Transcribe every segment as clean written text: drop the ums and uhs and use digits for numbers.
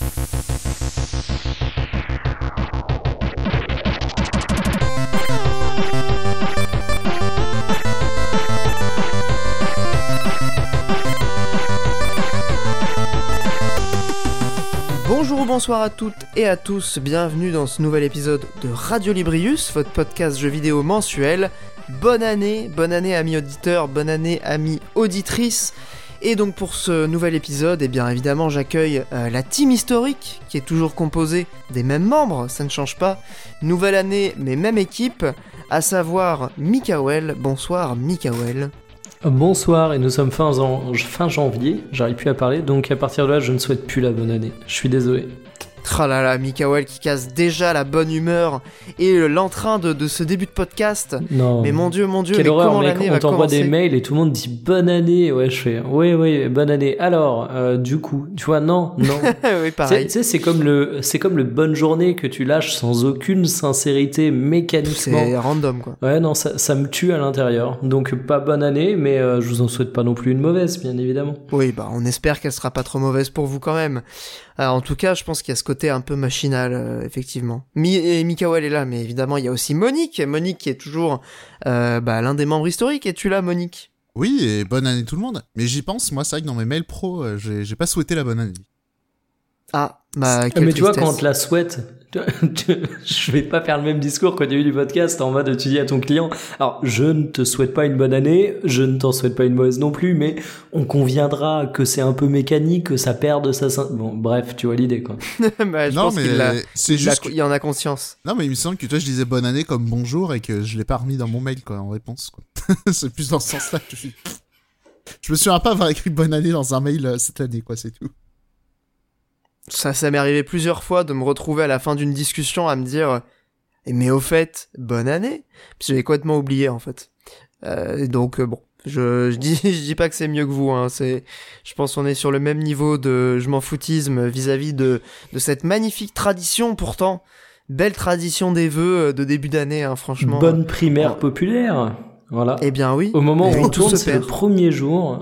Bonjour ou bonsoir à toutes et à tous, bienvenue dans ce nouvel épisode de Radio Librius, votre podcast jeux vidéo mensuel. Bonne année amis auditeurs, bonne année amis auditrices. Et donc pour ce nouvel épisode, eh bien évidemment j'accueille la team historique qui est toujours composée des mêmes membres, ça ne change pas. Nouvelle année mais même équipe, à savoir Mikael. Bonsoir Mikael. Bonsoir, et nous sommes fin janvier, j'arrive plus à parler, donc à partir de là je ne souhaite plus la bonne année, je suis désolé. Tralala, Mikael qui casse déjà la bonne humeur et l'entrain de ce début de podcast. Non. Mais mon dieu, quelle horreur, comment mec, l'année on va t'envoie commencer des mails et tout le monde dit bonne année. Ouais, je fais oui, bonne année. Alors, du coup, tu vois, non. Oui, pareil. Tu sais, c'est comme le bonne journée que tu lâches sans aucune sincérité mécaniquement. C'est random, quoi. Ouais, non, ça me tue à l'intérieur. Donc, pas bonne année, mais je vous en souhaite pas non plus une mauvaise, bien évidemment. Oui, bah, on espère qu'elle sera pas trop mauvaise pour vous quand même. En tout cas, je pense qu'il y a ce côté un peu machinal, effectivement. Mikael est là, mais évidemment, il y a aussi Monique qui est toujours l'un des membres historiques. Es-tu là, Monique ? Oui, et bonne année tout le monde. Mais j'y pense, moi, c'est vrai que dans mes mails pro, j'ai pas souhaité la bonne année. Ah, bah, quelle mais tu vois, tristesse. quand on te la souhaite, je vais pas faire le même discours qu'au début du podcast en mode tu dis à ton client, alors je ne te souhaite pas une bonne année, je ne t'en souhaite pas une mauvaise non plus, mais on conviendra que c'est un peu mécanique, que ça perde sa... Bon, bref, tu vois l'idée, quoi. Bah, je Non, pense mais il en a conscience. Non, mais il me semble que toi, je disais bonne année comme bonjour et que je l'ai pas remis dans mon mail, quoi, en réponse, quoi. C'est plus dans ce sens-là que je me souviens pas avoir écrit bonne année dans un mail cette année, quoi, c'est tout. Ça m'est arrivé plusieurs fois de me retrouver à la fin d'une discussion à me dire mais au fait, bonne année. Puis j'avais complètement oublié en fait. Donc bon, je dis pas que c'est mieux que vous, hein. Je pense qu'on est sur le même niveau de je m'en foutisme vis-à-vis de cette magnifique tradition pourtant, belle tradition des vœux de début d'année, hein, franchement. Bonne primaire populaire. Voilà. Eh bien oui. Au moment où on tout tourne, se c'est le perd. premier jour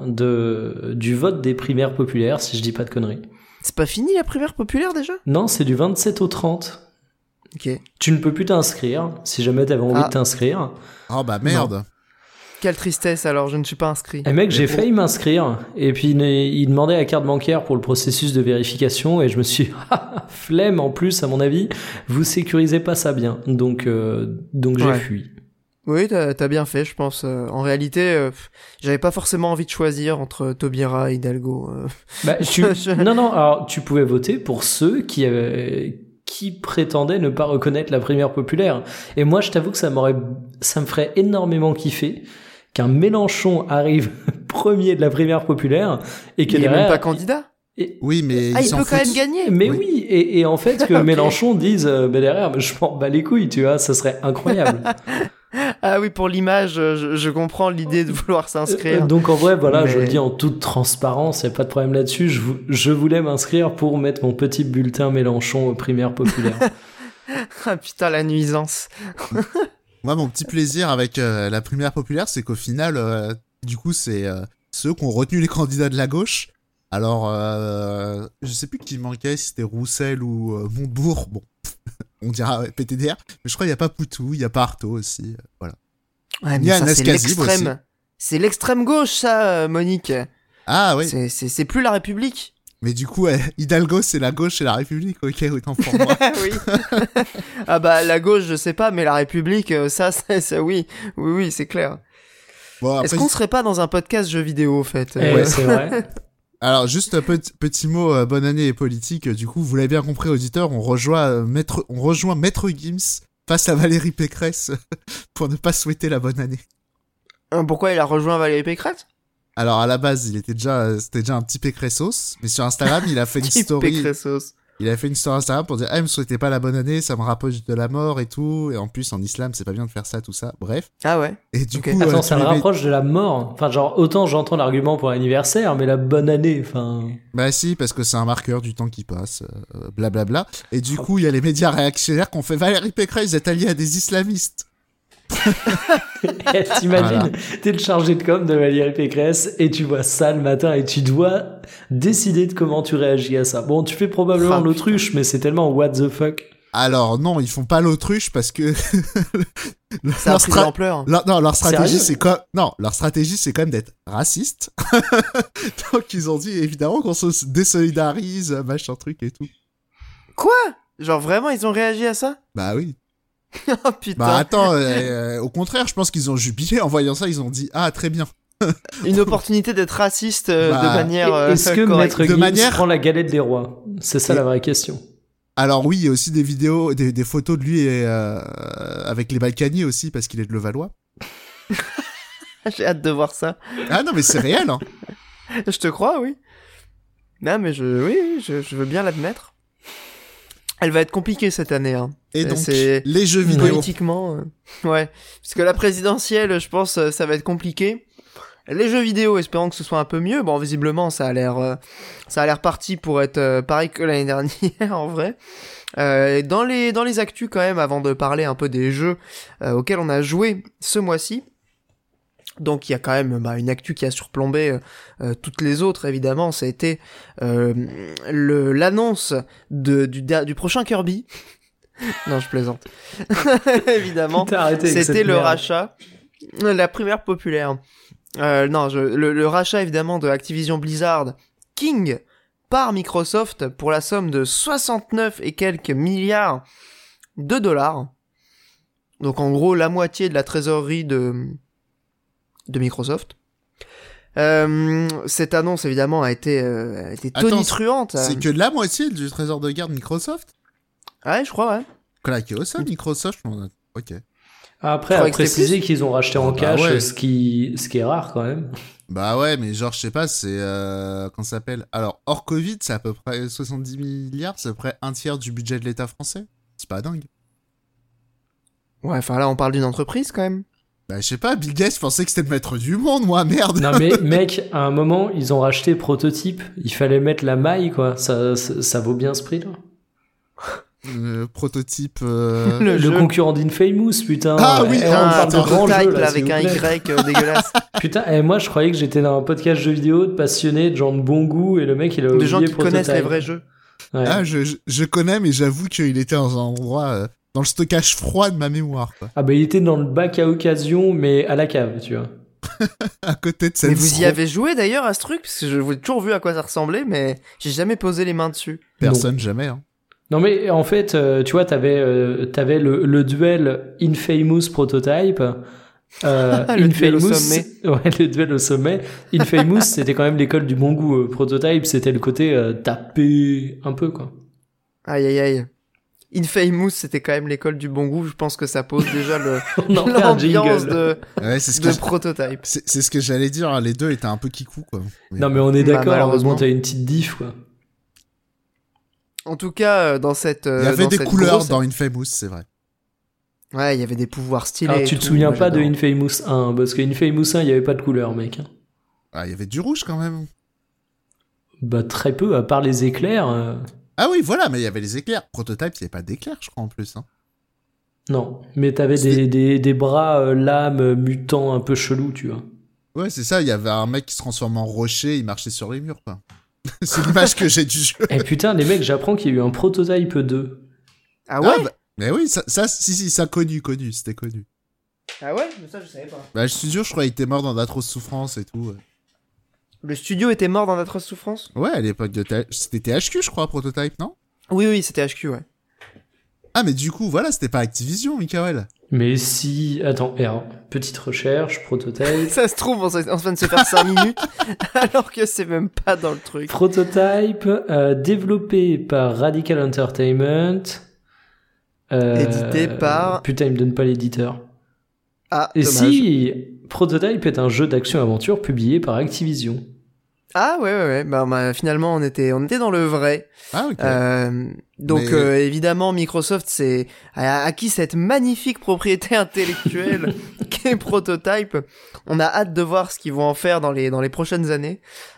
du vote des primaires populaires, si je dis pas de conneries. C'est pas fini la primaire populaire déjà ? Non, c'est du 27 au 30. Ok. Tu ne peux plus t'inscrire, si jamais t'avais envie de t'inscrire. Oh bah merde. Non. Quelle tristesse alors, je ne suis pas inscrit. Et mec, j'ai failli m'inscrire, et puis il demandait la carte bancaire pour le processus de vérification, et je me suis flemme en plus, à mon avis, vous sécurisez pas ça bien. Donc j'ai fui. Oui, t'as bien fait, je pense. En réalité, j'avais pas forcément envie de choisir entre Taubira et Hidalgo. Bah, Non, alors tu pouvais voter pour ceux qui prétendaient ne pas reconnaître la primaire populaire. Et moi, je t'avoue que ça me ferait énormément kiffer qu'un Mélenchon arrive premier de la primaire populaire et que il est derrière, même pas candidat. Oui, mais il peut quand même gagner. Mais oui, et en fait que Okay. Mélenchon dise derrière, je m'en bats les couilles, tu vois, ça serait incroyable. Ah oui, pour l'image, je comprends l'idée de vouloir s'inscrire. Donc en vrai, voilà, Mais... je le dis en toute transparence, y a pas de problème là-dessus. Je voulais m'inscrire pour mettre mon petit bulletin Mélenchon aux primaires populaires. Ah putain, la nuisance. Moi, mon petit plaisir avec la primaire populaire, c'est qu'au final, du coup, c'est ceux qui ont retenu les candidats de la gauche. Alors, je sais plus qui manquait, si c'était Roussel ou Montebourg. Bon, on dira PTDR. Mais je crois qu'il n'y a pas Poutou, il n'y a pas Artaud aussi. Voilà. Ouais, Il y a mais ça, un c'est Escazib l'extrême. aussi. C'est l'extrême gauche, ça, Monique. Ah oui. C'est plus la République. Mais du coup, Hidalgo, c'est la gauche et la République. Ok, autant pour moi. Oui. Ah bah, la gauche, je sais pas, mais la République, ça oui. Oui, c'est clair. Bon, après, Est-ce qu'on serait pas dans un podcast jeux vidéo, au fait ? Ouais, c'est vrai. Alors, juste un petit mot, bonne année et politique. Du coup, vous l'avez bien compris, auditeurs, on rejoint Maître Gims face à Valérie Pécresse pour ne pas souhaiter la bonne année. Pourquoi il a rejoint Valérie Pécresse ? Alors, à la base, c'était déjà un petit Pécressos, mais sur Instagram, il a fait une story. Pécressos. Il a fait une story Instagram pour dire me souhaitez pas la bonne année, ça me rapproche de la mort et tout. Et en plus, en islam, c'est pas bien de faire ça, tout ça. Bref. Ah ouais. Et du coup, attends, ça me rapproche de la mort. Enfin, genre, autant j'entends l'argument pour l'anniversaire, mais la bonne année, enfin... Bah si, parce que c'est un marqueur du temps qui passe, blablabla. Et du coup, il y a les médias réactionnaires qui ont fait Valérie Pécresse est alliée à des islamistes. T'imagines, t'es le chargé de com de Valérie Pécresse et tu vois ça le matin et tu dois décider de comment tu réagis à ça. Bon, tu fais probablement l'autruche, mais c'est tellement what the fuck. Alors non, ils font pas l'autruche parce que ça a pris de l'ampleur. Leur stratégie leur stratégie c'est quand même d'être raciste. Donc ils ont dit évidemment qu'on se désolidarise, machin truc et tout. Quoi ? Genre vraiment ils ont réagi à ça ? Bah oui. Oh putain. Bah attends, au contraire, je pense qu'ils ont jubilé en voyant ça, ils ont dit ah très bien. Une opportunité d'être raciste de manière est-ce que correcte. Maître Gims prend la galette des rois ? C'est ça la vraie question. Alors oui, il y a aussi des vidéos, des photos de lui avec les Balkany aussi, parce qu'il est de Levallois. J'ai hâte de voir ça. Ah non, mais c'est réel, hein. Je te crois, oui. Non, mais je veux bien l'admettre. Elle va être compliquée cette année, hein. Et donc, les jeux vidéo. Politiquement, ouais. Parce que la présidentielle, je pense, ça va être compliqué. Les jeux vidéo, espérons que ce soit un peu mieux. Bon, visiblement, ça a l'air parti pour être pareil que l'année dernière, en vrai. Dans les actus, quand même, avant de parler un peu des jeux auxquels on a joué ce mois-ci. Donc, il y a quand même une actu qui a surplombé toutes les autres, évidemment. Ça a été l'annonce du prochain Kirby. Non, je plaisante. Évidemment, c'était le rachat, la première populaire. Le rachat évidemment de Activision Blizzard King par Microsoft pour la somme de 69 et quelques milliards de dollars. Donc en gros la moitié de la trésorerie de Microsoft. Cette annonce évidemment a été tonitruante. C'est que la moitié du trésor de guerre de Microsoft ? Ouais, je crois, ouais. Claqué au sol, Microsoft, ok. Après, à préciser qu'ils ont racheté en cash, ouais. ce qui est rare quand même. Bah ouais, mais genre, je sais pas, c'est... comment ça s'appelle ? Alors, hors Covid, c'est à peu près 70 milliards, c'est à peu près un tiers du budget de l'État français. C'est pas dingue. Ouais, enfin là, on parle d'une entreprise quand même. Bah je sais pas, Bill Gates, je pensais que c'était le maître du monde, moi, merde. Non mais mec, à un moment, ils ont racheté Prototype, il fallait mettre la maille, quoi. Ça vaut bien ce prix-là. Prototype le concurrent d'Infamous, putain. Ah oui, on parle de grand jeu là, avec un Y dégueulasse. Putain, et moi je croyais que j'étais dans un podcast jeux vidéo de passionnés, de gens de bon goût, et le mec il a oublié de gens qui Prototype. connaissent les vrais jeux. Ouais. Ah, je connais, mais j'avoue qu'il était dans un endroit dans le stockage froid de ma mémoire, quoi. Ah bah il était dans le bac à occasion, mais à la cave, tu vois. À côté de cette. Mais vous y avez joué d'ailleurs à ce truc, parce que je vous ai toujours vu à quoi ça ressemblait, mais j'ai jamais posé les mains dessus. Personne, jamais, hein. Non mais en fait, tu vois, t'avais le duel Infamous Prototype. Le duel au sommet. Ouais, le duel au sommet. Infamous, c'était quand même l'école du bon goût. Prototype, c'était le côté taper un peu, quoi. Aïe aïe aïe. Infamous, c'était quand même l'école du bon goût. Je pense que ça pose déjà l'ambiance de Prototype. C'est ce que j'allais dire. Hein, les deux étaient un peu kikou, quoi. Non mais on est d'accord. Heureusement, t'as une petite diff, quoi. En tout cas, dans cette... Il y avait des couleurs dans Infamous, c'est vrai. Ouais, il y avait des pouvoirs stylés. Alors, tu te souviens pas de Infamous 1, parce que Infamous 1, il y avait pas de couleurs, mec. Ah, il y avait du rouge, quand même. Bah, très peu, à part les éclairs. Ah oui, voilà, mais il y avait les éclairs. Prototype, il y avait pas d'éclairs, je crois, en plus. Hein. Non, mais t'avais des bras lames mutants un peu chelous, tu vois. Ouais, c'est ça, il y avait un mec qui se transformait en rocher, il marchait sur les murs, quoi. C'est l'image que j'ai du jeu. Eh putain, les mecs, j'apprends qu'il y a eu un Prototype 2. Ah ouais? Mais oui, ça connu, c'était connu. Ah ouais? Mais ça, je savais pas. Bah, le studio, je crois, il était mort dans d'atroces souffrances et tout. Ouais. Le studio était mort dans d'atroces souffrances? Ouais, à l'époque de c'était THQ, je crois, Prototype, non? Oui, c'était HQ, ouais. Ah, mais du coup, voilà, c'était pas Activision, Michael. Mais si... Attends, petite recherche, Prototype... Ça se trouve, on vient de se faire 5 minutes, alors que c'est même pas dans le truc. Prototype, développé par Radical Entertainment... édité par... Putain, il me donne pas l'éditeur. Ah, et dommage. si Prototype est un jeu d'action-aventure publié par Activision. Ah ouais. Bah, finalement, on était dans le vrai. Ah ok. Donc évidemment, Microsoft a acquis cette magnifique propriété intellectuelle qu'est Prototype. On a hâte de voir ce qu'ils vont en faire dans les prochaines années.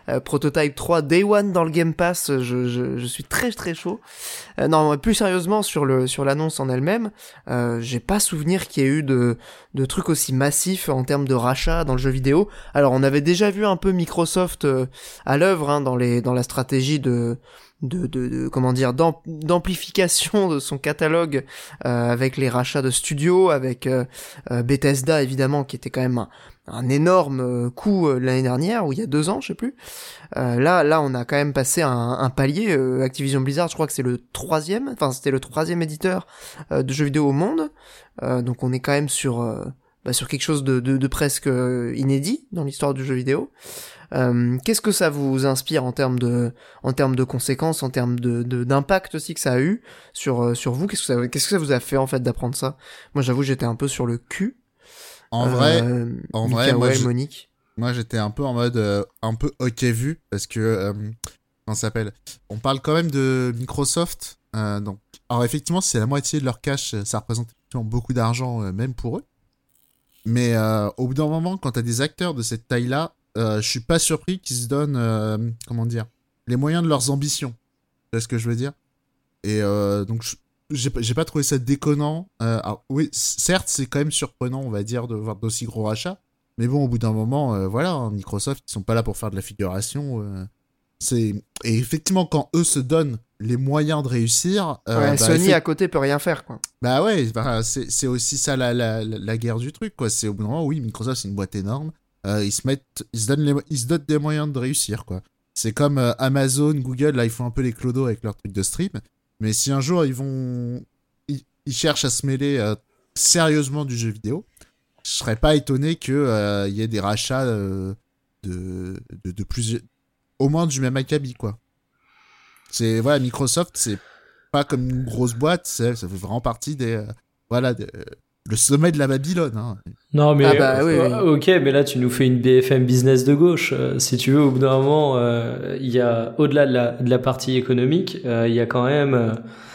Prototype 3 Day One dans le Game Pass, je suis très très chaud. Non, plus sérieusement sur l'annonce en elle-même, j'ai pas souvenir qu'il y ait eu de trucs aussi massifs en termes de rachat dans le jeu vidéo. Alors on avait déjà vu un peu Microsoft à l'œuvre hein, dans la stratégie de comment dire d'amplification de son catalogue avec les rachats de studios, avec Bethesda évidemment qui était quand même un énorme coup l'année dernière ou il y a 2 ans je sais plus. Là on a quand même passé un palier. Activision Blizzard je crois que c'est c'était le 3e éditeur de jeux vidéo au monde, donc on est quand même sur quelque chose de presque inédit dans l'histoire du jeu vidéo. Qu'est-ce que ça vous inspire en termes de conséquences, en termes d'impact aussi que ça a eu sur vous? Qu'est-ce que ça vous a fait en fait d'apprendre ça? Moi j'avoue j'étais un peu sur le cul. En vrai, Monique. Moi j'étais un peu en mode un peu ok vu parce que comment ça s'appelle? On parle quand même de Microsoft, donc alors effectivement c'est la moitié de leur cash, ça représente effectivement beaucoup d'argent même pour eux. Mais au bout d'un moment quand t'as des acteurs de cette taille-là, je suis pas surpris qu'ils se donnent les moyens de leurs ambitions. Tu vois ce que je veux dire? Et donc j'ai pas trouvé ça déconnant. Alors, oui, certes, c'est quand même surprenant, on va dire, de voir d'aussi gros rachats. Mais bon, au bout d'un moment, hein, Microsoft, ils sont pas là pour faire de la figuration. Et effectivement, quand eux se donnent les moyens de réussir... Sony à côté peut rien faire, quoi. Bah ouais, c'est aussi ça la guerre du truc, quoi. C'est au bout d'un moment, oui, Microsoft, c'est une boîte énorme. Ils se donnent des moyens de réussir, quoi. C'est comme Amazon, Google, là, ils font un peu les clodos avec leur truc de stream. Mais si un jour ils cherchent à se mêler sérieusement du jeu vidéo, je serais pas étonné que y ait des rachats de plusieurs, au moins du même acabit, quoi. C'est voilà, Microsoft, c'est pas comme une grosse boîte, ça fait vraiment partie le sommet de la Babylone. Hein. Non, mais oui. Ok, mais là tu nous fais une BFM business de gauche. Si tu veux, au bout d'un moment, il y a au-delà de la partie économique, il y a quand même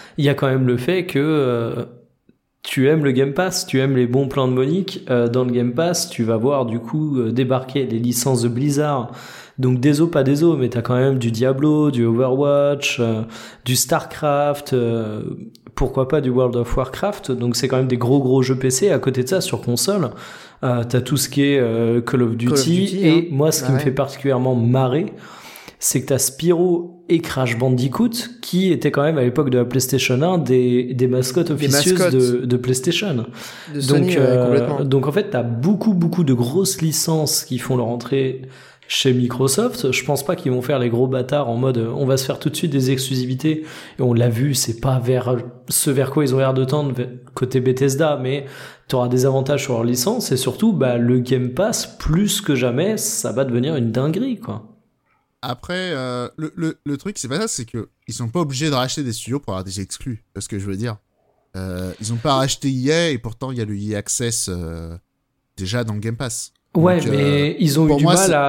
le fait que tu aimes le Game Pass, tu aimes les bons plans de Monique. Dans le Game Pass, tu vas voir du coup débarquer les licences de Blizzard. Donc des os, pas des os, mais t'as quand même du Diablo, du Overwatch, du Starcraft, pourquoi pas du World of Warcraft. Donc c'est quand même des gros jeux PC. À côté de ça, sur console, t'as tout ce qui est Call of Duty. Et hein. Moi, ce qui me fait particulièrement marrer, c'est que t'as Spyro et Crash Bandicoot, qui étaient quand même à l'époque de la PlayStation 1 des mascottes officieuses de PlayStation. De Sony, complètement. Donc en fait, t'as beaucoup de grosses licences qui font leur entrée chez Microsoft. Je pense pas qu'ils vont faire les gros bâtards en mode on va se faire tout de suite des exclusivités, et on l'a vu, c'est pas vers quoi ils ont l'air de tendre côté Bethesda, mais t'auras des avantages sur leur licence, et surtout le Game Pass, plus que jamais, ça va devenir une dinguerie, quoi. Après, le truc, c'est pas ça, c'est que ils sont pas obligés de racheter des studios pour avoir des exclus. C'est ce que je veux dire. Ils ont pas racheté EA, et pourtant il y a le EA Access déjà dans le Game Pass. Ouais, donc, mais ils ont eu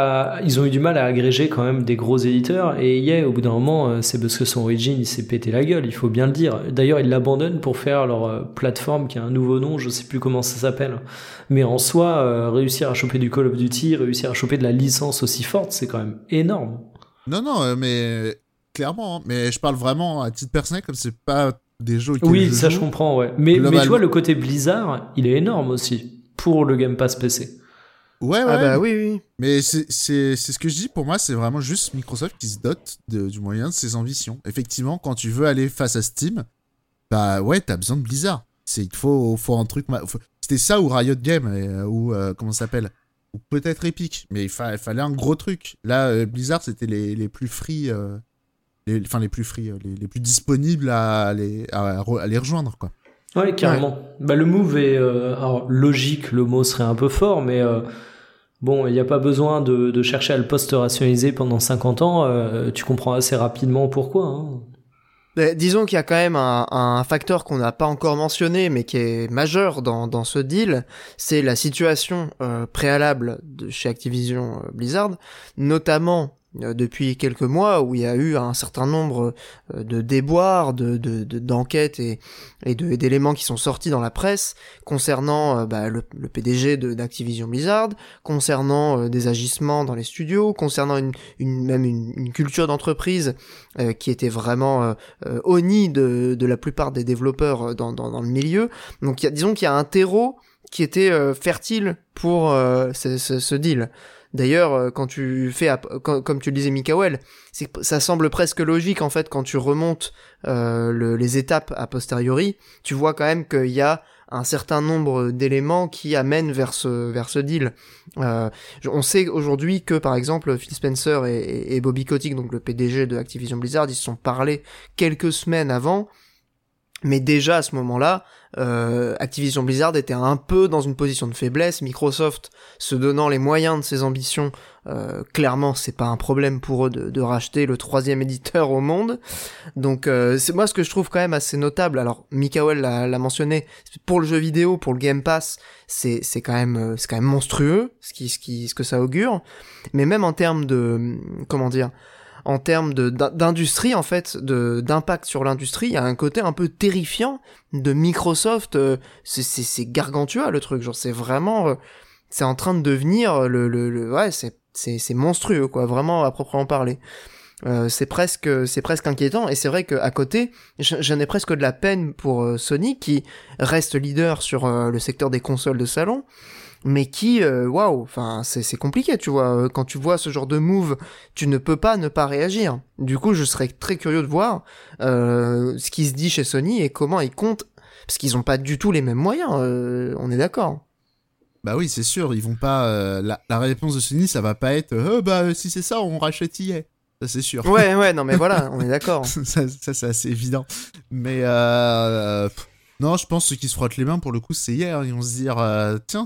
du mal à agréger quand même des gros éditeurs, et EA, au bout d'un moment, c'est parce que son Origin, il s'est pété la gueule, il faut bien le dire. D'ailleurs, ils l'abandonnent pour faire leur plateforme qui a un nouveau nom, je sais plus comment ça s'appelle. Mais en soi, réussir à choper du Call of Duty, réussir à choper de la licence aussi forte, c'est quand même énorme. Non, mais clairement, hein. Mais je parle vraiment à titre personnel, comme c'est pas des jeux auxquels oui, ça je comprends, ouais. Mais tu vois, le côté Blizzard, il est énorme aussi pour le Game Pass PC. Ouais. Oui. Mais c'est ce que je dis, pour moi, c'est vraiment juste Microsoft qui se dote du moyen de ses ambitions. Effectivement, quand tu veux aller face à Steam, t'as besoin de Blizzard. Il faut un truc... C'était ça ou Riot Games, ou comment ça s'appelle, ou peut-être Epic, mais il fallait un gros truc. Là, Blizzard, c'était les plus free... les plus disponibles à les rejoindre, quoi. Ouais, carrément. Ouais. Le move est alors logique, le mot serait un peu fort, mais bon, il n'y a pas besoin de chercher à le post-rationaliser pendant 50 ans, tu comprends assez rapidement pourquoi. Hein. Disons qu'il y a quand même un facteur qu'on n'a pas encore mentionné, mais qui est majeur dans ce deal, c'est la situation préalable de chez Activision Blizzard, notamment depuis quelques mois, où il y a eu un certain nombre de déboires, d'enquêtes et d'éléments qui sont sortis dans la presse concernant le PDG d'Activision Blizzard, concernant des agissements dans les studios, concernant une culture d'entreprise qui était vraiment honnie de la plupart des développeurs dans le milieu. Donc disons qu'il y a un terreau qui était fertile pour ce deal. D'ailleurs, quand tu fais, comme tu le disais, Mikael, ça semble presque logique en fait quand tu remontes les étapes a posteriori. Tu vois quand même qu'il y a un certain nombre d'éléments qui amènent vers ce deal. On sait aujourd'hui que par exemple Phil Spencer et Bobby Kotick, donc le PDG de Activision Blizzard, ils se sont parlé quelques semaines avant. Mais déjà à ce moment-là, Activision Blizzard était un peu dans une position de faiblesse. Microsoft se donnant les moyens de ses ambitions, clairement c'est pas un problème pour eux de racheter le 3e éditeur au monde. Donc c'est moi ce que je trouve quand même assez notable. Alors Mikael l'a mentionné, pour le jeu vidéo, pour le Game Pass, c'est quand même monstrueux ce que ça augure. Mais même en termes de en termes d'industrie, en fait, d'impact sur l'industrie, il y a un côté un peu terrifiant de Microsoft. C'est gargantua le truc, genre c'est vraiment, c'est en train de devenir c'est monstrueux quoi, vraiment à proprement parler. C'est presque inquiétant, et c'est vrai qu'à côté, j'en ai presque de la peine pour Sony qui reste leader sur le secteur des consoles de salon. Mais qui, c'est compliqué, tu vois. Quand tu vois ce genre de move, tu ne peux pas ne pas réagir. Du coup, je serais très curieux de voir ce qui se dit chez Sony et comment ils comptent, parce qu'ils ont pas du tout les mêmes moyens. On est d'accord. Bah oui, c'est sûr, ils vont pas. La réponse de Sony, ça va pas être si c'est ça, on rachète EA. Ça, c'est sûr. Ouais, non, mais voilà, on est d'accord. ça, c'est assez évident. Mais non, je pense que ceux qui se frottent les mains pour le coup, c'est EA. Ils vont se dire tiens.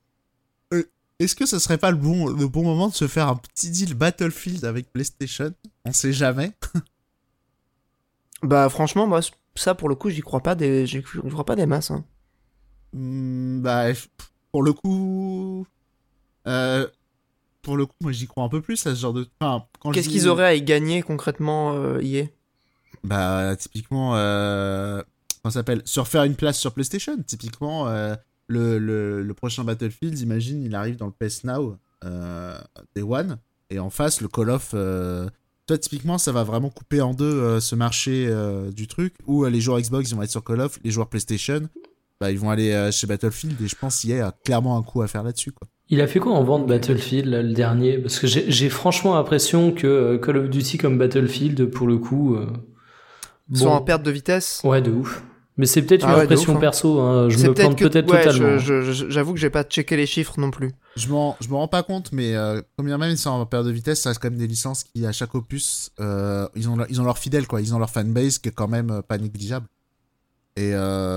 Est-ce que ce serait pas le bon moment de se faire un petit deal Battlefield avec PlayStation ? On sait jamais. Bah franchement, moi ça pour le coup, j'y crois pas des masses. Hein. Pour le coup, moi j'y crois un peu plus à ce genre de. Enfin, qu'est-ce qu'ils auraient à y gagner concrètement, EA ? Bah typiquement, comment ça s'appelle ? Se refaire une place sur PlayStation. Typiquement. Le prochain Battlefield, imagine, il arrive dans le PS Now Day One, et en face, le Call of... Toi, typiquement, ça va vraiment couper en deux ce marché du truc, où les joueurs Xbox, ils vont être sur Call of, les joueurs PlayStation, ils vont aller chez Battlefield, et je pense qu'il y a clairement un coup à faire là-dessus, quoi. Il a fait quoi en vente Battlefield, là, le dernier ? Parce que j'ai franchement l'impression que Call of Duty comme Battlefield, pour le coup... sont en perte de vitesse ? Ouais, de ouf. Mais c'est peut-être une impression perso, hein. Je me plante peut-être totalement. J'avoue que j'ai pas checké les chiffres non plus. Je m'en rends pas compte, mais combien même ils sont en perte de vitesse, ça reste quand même des licences qui, à chaque opus, ils ont leur fidèle, quoi. Ils ont leur fanbase qui est quand même pas négligeable. Et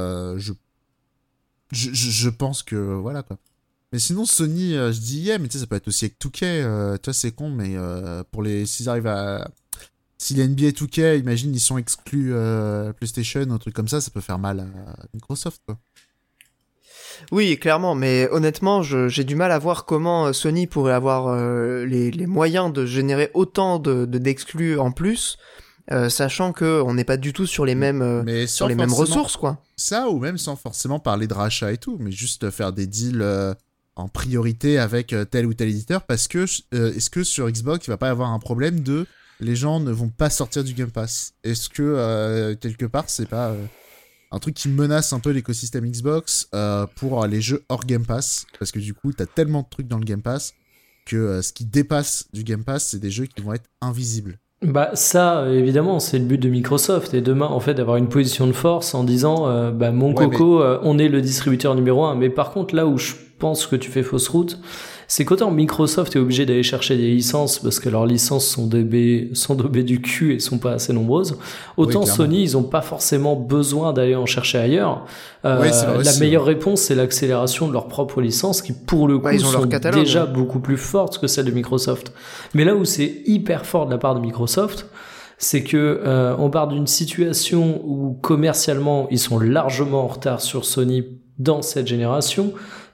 je pense que voilà, quoi. Mais sinon, Sony, je dis mais tu sais, ça peut être aussi avec 2K. Tu vois, c'est con, mais s'ils arrivent à... Si les NBA 2K, imagine, ils sont exclus PlayStation, un truc comme ça peut faire mal à Microsoft, quoi. Oui, clairement, mais honnêtement, j'ai du mal à voir comment Sony pourrait avoir les moyens de générer autant d'exclus en plus, sachant que on n'est pas du tout sur les mêmes ressources, quoi. Ça, ou même sans forcément parler de rachat et tout, mais juste faire des deals en priorité avec tel ou tel éditeur, parce que est-ce que sur Xbox, il va pas y avoir un problème de les gens ne vont pas sortir du Game Pass ? Est-ce que, quelque part, c'est pas un truc qui menace un peu l'écosystème Xbox pour les jeux hors Game Pass ? Parce que du coup, t'as tellement de trucs dans le Game Pass que ce qui dépasse du Game Pass, c'est des jeux qui vont être invisibles. Bah ça, évidemment, c'est le but de Microsoft. Et demain, en fait, d'avoir une position de force en disant on est le distributeur numéro 1. Mais par contre, là où je pense que tu fais fausse route, c'est qu'autant Microsoft est obligé d'aller chercher des licences parce que leurs licences sont daubées du cul et sont pas assez nombreuses, autant Sony, ils ont pas forcément besoin d'aller en chercher ailleurs. La meilleure réponse, c'est l'accélération de leurs propres licences qui, pour le coup, sont déjà beaucoup plus fortes que celles de Microsoft. Mais là où c'est hyper fort de la part de Microsoft, c'est que on part d'une situation où commercialement, ils sont largement en retard sur Sony dans cette génération.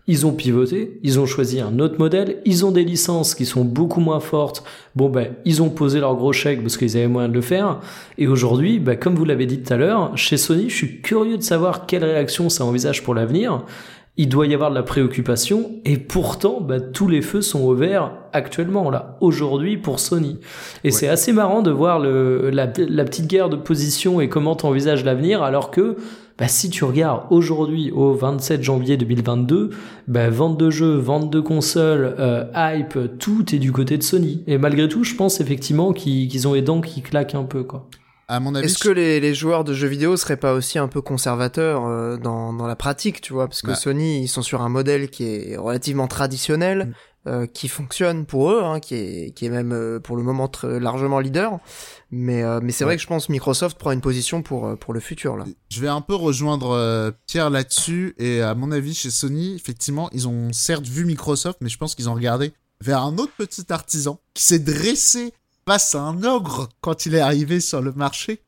Ils ont pivoté, ils ont choisi un autre modèle, ils ont des licences qui sont beaucoup moins fortes. Bon, ils ont posé leur gros chèque parce qu'ils avaient moyen de le faire. Et aujourd'hui, comme vous l'avez dit tout à l'heure, chez Sony, je suis curieux de savoir quelle réaction ça envisage pour l'avenir. Il doit y avoir de la préoccupation et pourtant, tous les feux sont au vert actuellement, là, aujourd'hui pour Sony. Et c'est assez marrant de voir la petite guerre de position et comment t'envisages l'avenir alors que si tu regardes aujourd'hui au 27 janvier 2022, vente de jeux, vente de consoles, hype, tout est du côté de Sony. Et malgré tout, je pense effectivement qu'ils ont les dents qui claquent un peu, quoi. À mon avis, est-ce que les joueurs de jeux vidéo seraient pas aussi un peu conservateurs dans la pratique, tu vois, parce que Sony, ils sont sur un modèle qui est relativement traditionnel, qui fonctionne pour eux, qui est même pour le moment largement leader. Mais c'est vrai que je pense que Microsoft prend une position pour le futur là. Je vais un peu rejoindre Pierre là-dessus, et à mon avis chez Sony, effectivement, ils ont certes vu Microsoft, mais je pense qu'ils ont regardé vers un autre petit artisan qui s'est dressé face à un ogre quand il est arrivé sur le marché.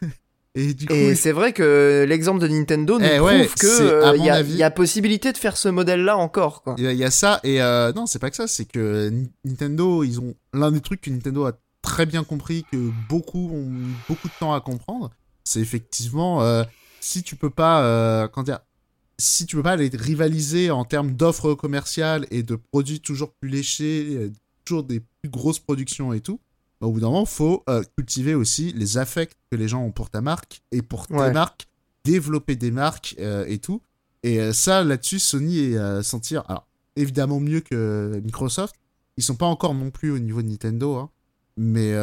Et du coup, c'est vrai que l'exemple de Nintendo nous prouve que il y a possibilité de faire ce modèle-là encore, quoi. Il y a ça, et non, c'est pas que ça, c'est que Nintendo, ils ont l'un des trucs que Nintendo a très bien compris, que beaucoup ont mis beaucoup de temps à comprendre, c'est effectivement si tu peux pas si tu peux pas aller rivaliser en termes d'offres commerciales et de produits toujours plus léchés, toujours des plus grosses productions et tout, au bout d'un moment, faut cultiver aussi les affects que les gens ont pour ta marque et pour tes marques, développer des marques et tout. Et ça, là-dessus, Sony s'en tire, alors évidemment mieux que Microsoft. Ils sont pas encore non plus au niveau de Nintendo, mais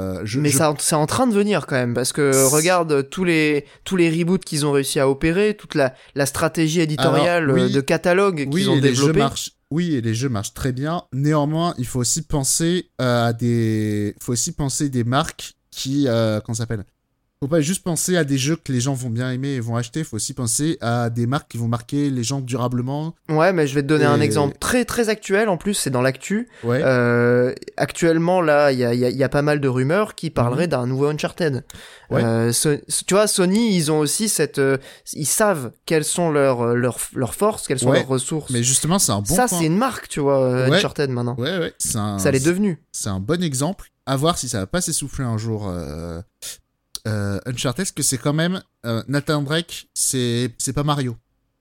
c'est en train de venir quand même, parce que regarde tous les reboots qu'ils ont réussi à opérer, toute la stratégie éditoriale de catalogue qu'ils ont développée. Oui, et les jeux marchent très bien. Néanmoins, il faut aussi penser des marques qui, comment ça s'appelle ? Faut pas juste penser à des jeux que les gens vont bien aimer et vont acheter. Faut aussi penser à des marques qui vont marquer les gens durablement. Ouais, mais je vais te donner un exemple très très actuel. En plus, c'est dans l'actu. Ouais. Actuellement, là, il y a pas mal de rumeurs qui parleraient d'un nouveau Uncharted. Ouais. Tu vois, Sony, ils ont aussi ils savent quelles sont leurs forces, quelles sont leurs ressources. Mais justement, c'est un bon point. Ça, c'est une marque, tu vois, Uncharted maintenant. Ouais. Ça l'est devenu. C'est un bon exemple. À voir si ça va pas s'essouffler un jour. Uncharted, parce que c'est quand même Nathan Drake, c'est pas Mario.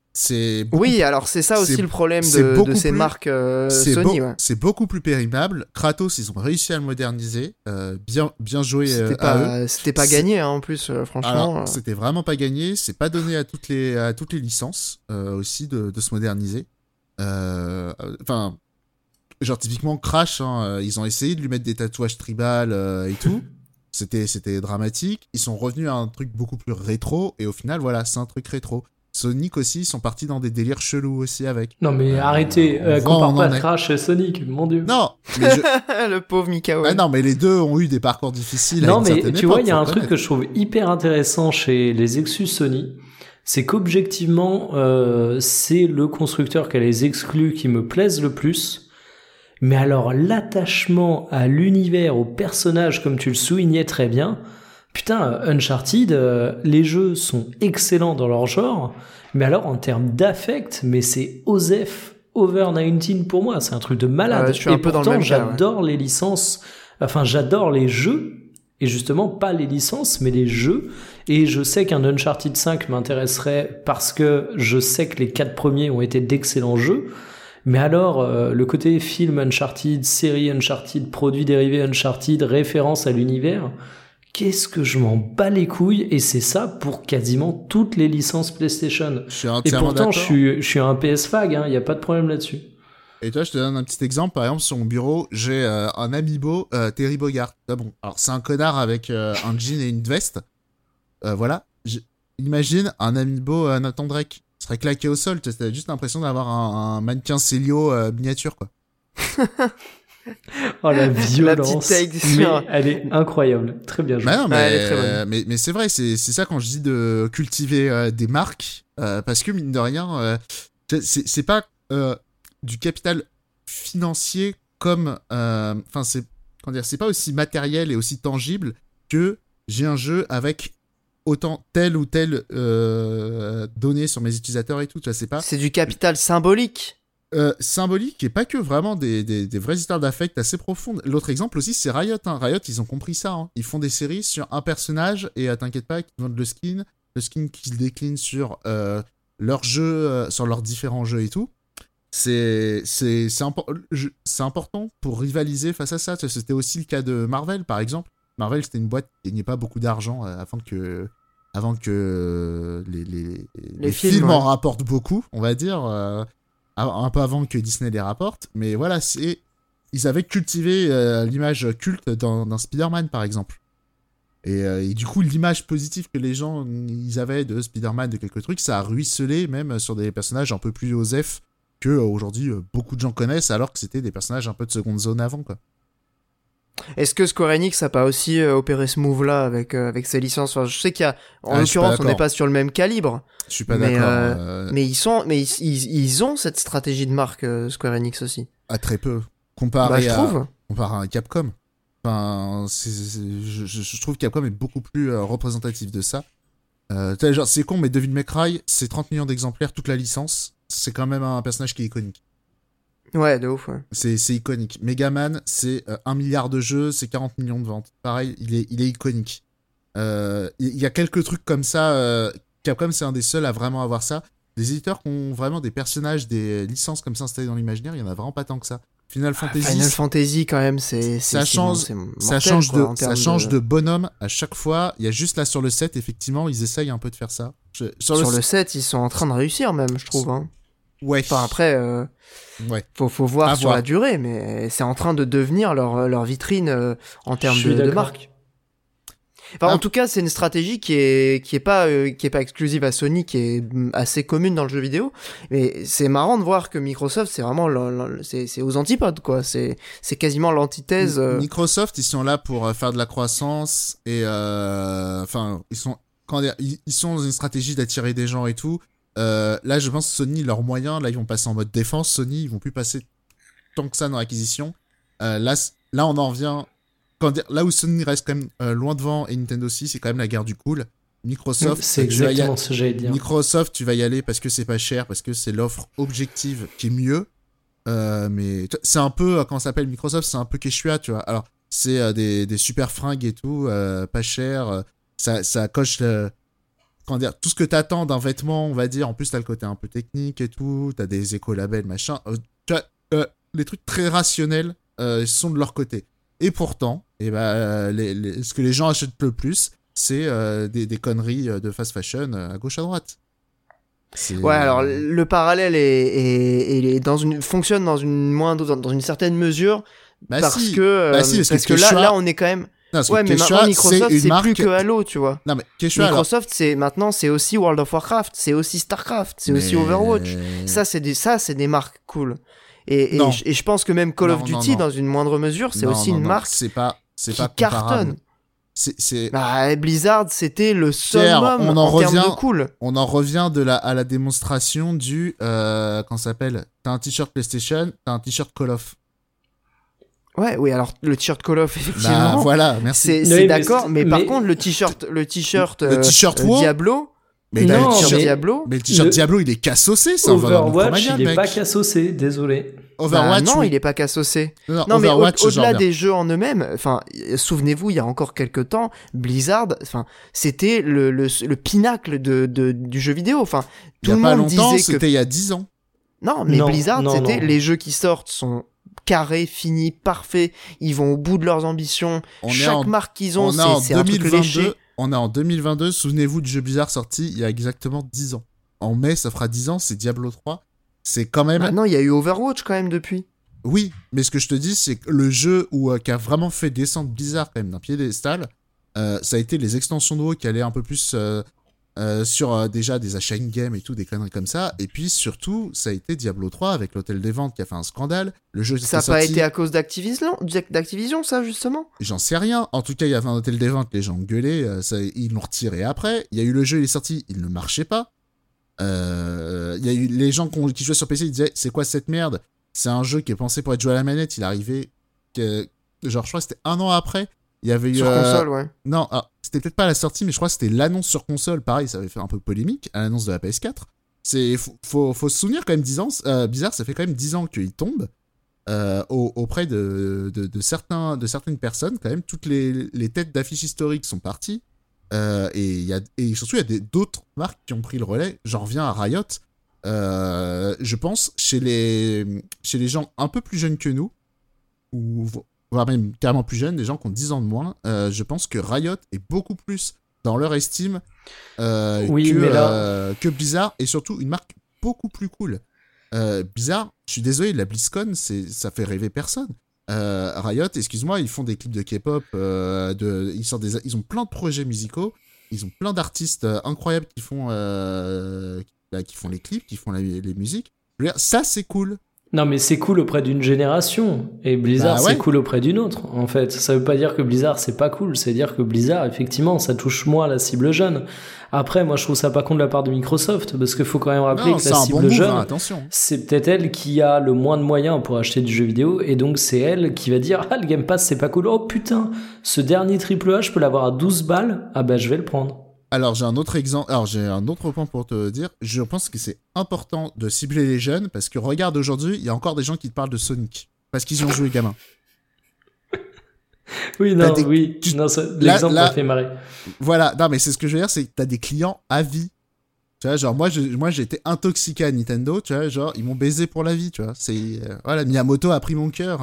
Oui, alors c'est ça aussi le problème de ces marques Sony. C'est beaucoup plus périmable. Kratos, ils ont réussi à le moderniser. Bien joué. C'était pas gagné en plus, franchement. Alors, c'était vraiment pas gagné. C'est pas donné à toutes les licences aussi de se moderniser. Enfin, genre typiquement Crash, ils ont essayé de lui mettre des tatouages tribal et tout. C'était dramatique. Ils sont revenus à un truc beaucoup plus rétro, et au final, voilà, c'est un truc rétro. Sonic aussi, ils sont partis dans des délires chelous aussi avec. Non mais arrêtez, compare pas Crash et Sonic, mon dieu. Non, mais le pauvre Mikao. Non, mais les deux ont eu des parcours difficiles. Non, mais tu vois, il y a un truc que je trouve hyper intéressant chez les exclus Sony, c'est qu'objectivement, c'est le constructeur qui a les exclus qui me plaisent le plus. Mais alors, l'attachement à l'univers, aux personnages, comme tu le soulignais très bien, putain, Uncharted, les jeux sont excellents dans leur genre, mais alors en termes d'affect, mais c'est OSEF over 19 pour moi, c'est un truc de malade. Je suis un peu pourtant, dans le même j'adore les licences, enfin j'adore les jeux, et justement pas les licences, mais les jeux, et je sais qu'un Uncharted 5 m'intéresserait parce que je sais que les 4 premiers ont été d'excellents jeux. Mais alors, le côté film Uncharted, série Uncharted, produit dérivé Uncharted, référence à l'univers, qu'est-ce que je m'en bats les couilles, et c'est ça pour quasiment toutes les licences PlayStation. Et pourtant, je suis un PS fag, y a pas de problème là-dessus. Et toi, je te donne un petit exemple. Par exemple, sur mon bureau, j'ai un amiibo Terry Bogard. Bon, alors c'est un connard avec un jean et une veste. Voilà. Imagine un amiibo Nathan Drake. Serait claqué au sol, tu as juste l'impression d'avoir un mannequin Célio miniature, quoi. Oh, la violence. La petite take, elle est incroyable, très bien jouée. Non, mais c'est vrai, c'est ça quand je dis de cultiver des marques, parce que mine de rien, c'est pas du capital financier comme, enfin c'est pas aussi matériel et aussi tangible que j'ai un jeu avec autant telle ou telle donnée sur mes utilisateurs et tout, tu vois, c'est pas... C'est du capital symbolique. symboliques et pas que vraiment des vraies histoires d'affect assez profondes. L'autre exemple aussi, c'est Riot. Riot, ils ont compris ça. Ils font des séries sur un personnage et t'inquiète pas, ils vendent le skin qu'ils déclinent sur leurs jeux, sur leurs différents jeux et tout. C'est important pour rivaliser face à ça. C'était aussi le cas de Marvel, par exemple. Marvel, c'était une boîte qui gagnait pas beaucoup d'argent avant que les films en rapportent beaucoup, on va dire, un peu avant que Disney les rapporte. Mais voilà, ils avaient cultivé l'image culte d'un Spider-Man, par exemple. Et du coup, l'image positive que les gens ils avaient de Spider-Man, de quelques trucs, ça a ruisselé même sur des personnages un peu plus osef que aujourd'hui beaucoup de gens connaissent, alors que c'était des personnages un peu de seconde zone avant, quoi. Est-ce que Square Enix a pas aussi opéré ce move-là avec ses licences? Enfin, je sais qu'il y a, en l'occurrence, on n'est pas sur le même calibre. Je suis pas d'accord. Mais ils ont cette stratégie de marque, Square Enix aussi. À très peu. Comparé à un Capcom. Enfin, je trouve que Capcom est beaucoup plus représentatif de ça. Genre, c'est con, mais Devil May Cry, c'est 30 millions d'exemplaires, toute la licence. C'est quand même un personnage qui est iconique. Ouais, de ouf, ouais. C'est iconique. Megaman, c'est 1 milliard de jeux, c'est 40 millions de ventes. Pareil, il est iconique. Il y a quelques trucs comme ça. Capcom, c'est un des seuls à vraiment avoir ça. Des éditeurs qui ont vraiment des personnages, des licences comme ça installées dans l'imaginaire, il y en a vraiment pas tant que ça. Final Fantasy, quand même, ça change de bonhomme à chaque fois. Il y a juste là sur le set, effectivement, ils essayent un peu de faire ça. Sur le set, ils sont en train de réussir même, je trouve. Ouais. Enfin, après, faut voir sur la durée, mais c'est en train de devenir leur vitrine en termes de marque. Enfin, en tout cas, c'est une stratégie qui est pas exclusive à Sony, qui est assez commune dans le jeu vidéo. Mais c'est marrant de voir que Microsoft, c'est vraiment c'est aux antipodes, quoi. C'est quasiment l'antithèse. Microsoft, ils sont là pour faire de la croissance et enfin, ils sont dans une stratégie d'attirer des gens et tout. Là, je pense que Sony, leurs moyens, là, ils vont passer en mode défense. Sony, ils vont plus passer tant que ça dans l'acquisition. Là, on en revient. Là où Sony reste quand même loin devant et Nintendo aussi, c'est quand même la guerre du cool. Microsoft, c'est exactement ce que j'allais dire. Microsoft, tu vas y aller parce que c'est pas cher, parce que c'est l'offre objective qui est mieux. Mais c'est un peu, comment ça s'appelle, Microsoft, c'est un peu Quechua, tu vois. Alors, c'est des super fringues et tout, pas cher. Ça coche tout ce que t'attends d'un vêtement, on va dire. En plus, t'as le côté un peu technique et tout. T'as des écolabels, machin. Tu vois, les trucs très rationnels sont de leur côté. Et pourtant, ce que les gens achètent le plus, c'est des conneries de fast fashion à gauche à droite. Ouais, alors le parallèle fonctionne dans une certaine mesure, parce que là on est quand même. Non, ouais, mais maintenant Microsoft c'est plus que Halo, tu vois. Non, mais Microsoft c'est aussi World of Warcraft, c'est aussi Starcraft, c'est aussi Overwatch. Ça c'est des marques cool. Et je pense que même Call of Duty, dans une moindre mesure, c'est aussi une marque qui cartonne. Blizzard, c'était le summum en termes de cool. On en revient à la démonstration du... comment ça s'appelle ? T'as un t-shirt PlayStation, t'as un t-shirt Call of. Ouais, oui, alors le t-shirt Call of, effectivement. Voilà, merci. C'est d'accord, mais par contre, le t-shirt Diablo... Mais le t-shirt Diablo, il est cassaucé, ça. Overwatch, il est pas cassaucé, désolé. Overwatch, non, il est pas cassaucé. Non, mais au-delà des jeux en eux-mêmes, enfin, souvenez-vous, il y a encore quelques temps, Blizzard, enfin, c'était le pinacle du jeu vidéo. Enfin, tout le monde disait que c'était il y a 10 ans. Non, mais Blizzard, les jeux qui sortent sont carrés, finis, parfaits. Ils vont au bout de leurs ambitions. Chaque marque qu'ils ont, c'est un truc léché. On est en 2022, souvenez-vous du jeu Blizzard sorti il y a exactement 10 ans. En mai, ça fera 10 ans, c'est Diablo 3. C'est quand même... Maintenant, il y a eu Overwatch quand même depuis. Oui, mais ce que je te dis, c'est que le jeu qui a vraiment fait descendre Blizzard quand même d'un piédestal, ça a été les extensions de WoW qui allaient un peu plus sur déjà des achats in-game et tout, des conneries comme ça. Et puis surtout, ça a été Diablo 3 avec l'hôtel des ventes qui a fait un scandale. Le jeu ça n'a pas été à cause d'Activision, ça, justement ? J'en sais rien. En tout cas, il y avait un hôtel des ventes, les gens gueulaient, ils l'ont retiré après. Il y a eu le jeu, il est sorti, il ne marchait pas. Il y a eu les gens qui jouaient sur PC, ils disaient c'est quoi cette merde ? C'est un jeu qui est pensé pour être joué à la manette. Il arrivait genre je crois que c'était 1 an après. Il y avait sur console, ouais. Non, c'était peut-être pas à la sortie, mais je crois que c'était l'annonce sur console. Pareil, ça avait fait un peu polémique à l'annonce de la PS4. faut se souvenir quand même 10 ans, Blizzard, ça fait quand même 10 ans qu'il tombe auprès de certaines personnes, quand même, toutes les têtes d'affiches historiques sont parties, et surtout, il y a d'autres marques qui ont pris le relais. J'en reviens à Riot, je pense, chez les gens un peu plus jeunes que nous, ou voire même carrément plus jeunes, des gens qui ont 10 ans de moins, je pense que Riot est beaucoup plus dans leur estime que Blizzard, et surtout une marque beaucoup plus cool. Blizzard, je suis désolé, la BlizzCon, ça fait rêver personne. Riot, excuse-moi, ils font des clips de K-pop, ils ont plein de projets musicaux, ils ont plein d'artistes incroyables qui font les clips, qui font les musiques. Je veux dire, ça, c'est cool. Non, mais c'est cool auprès d'une génération, et Blizzard, c'est cool auprès d'une autre, en fait. Ça veut pas dire que Blizzard, c'est pas cool, c'est dire que Blizzard, effectivement, ça touche moins la cible jeune. Après, moi, je trouve ça pas con de la part de Microsoft, parce qu'il faut quand même rappeler que la cible jeune, c'est peut-être elle qui a le moins de moyens pour acheter du jeu vidéo, et donc c'est elle qui va dire, ah, le Game Pass, c'est pas cool, oh putain, ce dernier AAA, je peux l'avoir à 12 balles, ah bah, je vais le prendre. Alors, j'ai un autre point pour te dire. Je pense que c'est important de cibler les jeunes, parce que regarde, aujourd'hui, il y a encore des gens qui te parlent de Sonic, parce qu'ils y ont joué gamin. Oui, non, l'exemple m'a fait marrer. Voilà, non, mais c'est ce que je veux dire, c'est que t'as des clients à vie. Tu vois, genre, moi, j'ai été intoxiqué à Nintendo, tu vois, genre, ils m'ont baisé pour la vie, tu vois. Voilà, Miyamoto a pris mon cœur.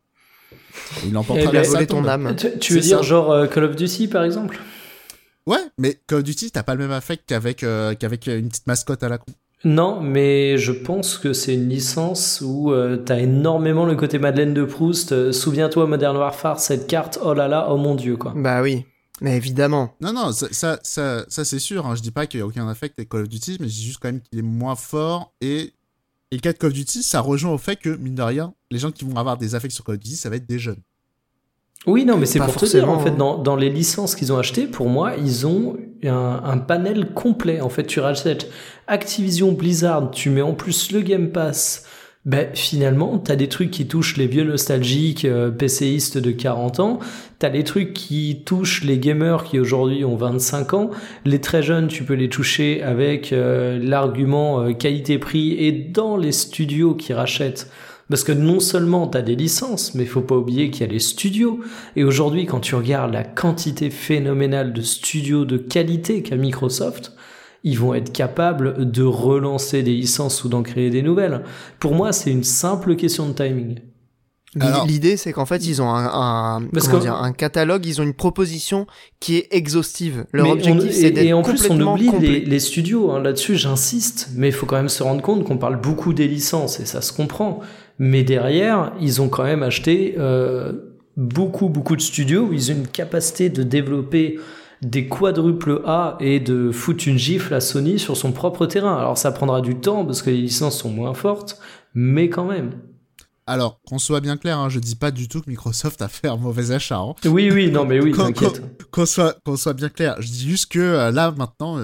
Il l'emportera vers sa tombe. Ton âme. Tu veux dire, genre, Call of Duty, par exemple? Ouais, mais Call of Duty, t'as pas le même affect qu'avec une petite mascotte à la con. Non, mais je pense que c'est une licence où t'as énormément le côté Madeleine de Proust. Souviens-toi, Modern Warfare, cette carte, oh là là, oh mon Dieu, quoi. Bah oui, mais évidemment. Non, ça c'est sûr. Hein. Je dis pas qu'il y a aucun affect avec Call of Duty, mais je dis juste quand même qu'il est moins fort. Et le cas de Call of Duty, ça rejoint au fait que, mine de rien, les gens qui vont avoir des affects sur Call of Duty, ça va être des jeunes. Oui, non, mais c'est pour te dire, en fait, dans les licences qu'ils ont achetées, pour moi, ils ont un panel complet. En fait, tu rachètes Activision Blizzard, tu mets en plus le Game Pass. Ben, finalement, t'as des trucs qui touchent les vieux nostalgiques PCistes de 40 ans. T'as les trucs qui touchent les gamers qui aujourd'hui ont 25 ans. Les très jeunes, tu peux les toucher avec l'argument qualité-prix, et dans les studios qui rachètent. Parce que non seulement t'as des licences, mais il faut pas oublier qu'il y a les studios. Et aujourd'hui, quand tu regardes la quantité phénoménale de studios de qualité qu'a Microsoft, ils vont être capables de relancer des licences ou d'en créer des nouvelles. Pour moi, c'est une simple question de timing. L'idée, c'est qu'en fait, ils ont un catalogue, ils ont une proposition qui est exhaustive. Leur objectif, c'est d'être complètement complet. Et en plus, on oublie les studios. Hein. Là-dessus, j'insiste. Mais il faut quand même se rendre compte qu'on parle beaucoup des licences, et ça se comprend. Mais derrière, ils ont quand même acheté beaucoup de studios où ils ont une capacité de développer des quadruples A et de foutre une gifle à Sony sur son propre terrain. Alors ça prendra du temps parce que les licences sont moins fortes, mais quand même. Alors, qu'on soit bien clair, hein, je dis pas du tout que Microsoft a fait un mauvais achat. Hein. Oui, non, mais oui, t'inquiète. Qu'on soit bien clair, je dis juste que là, maintenant,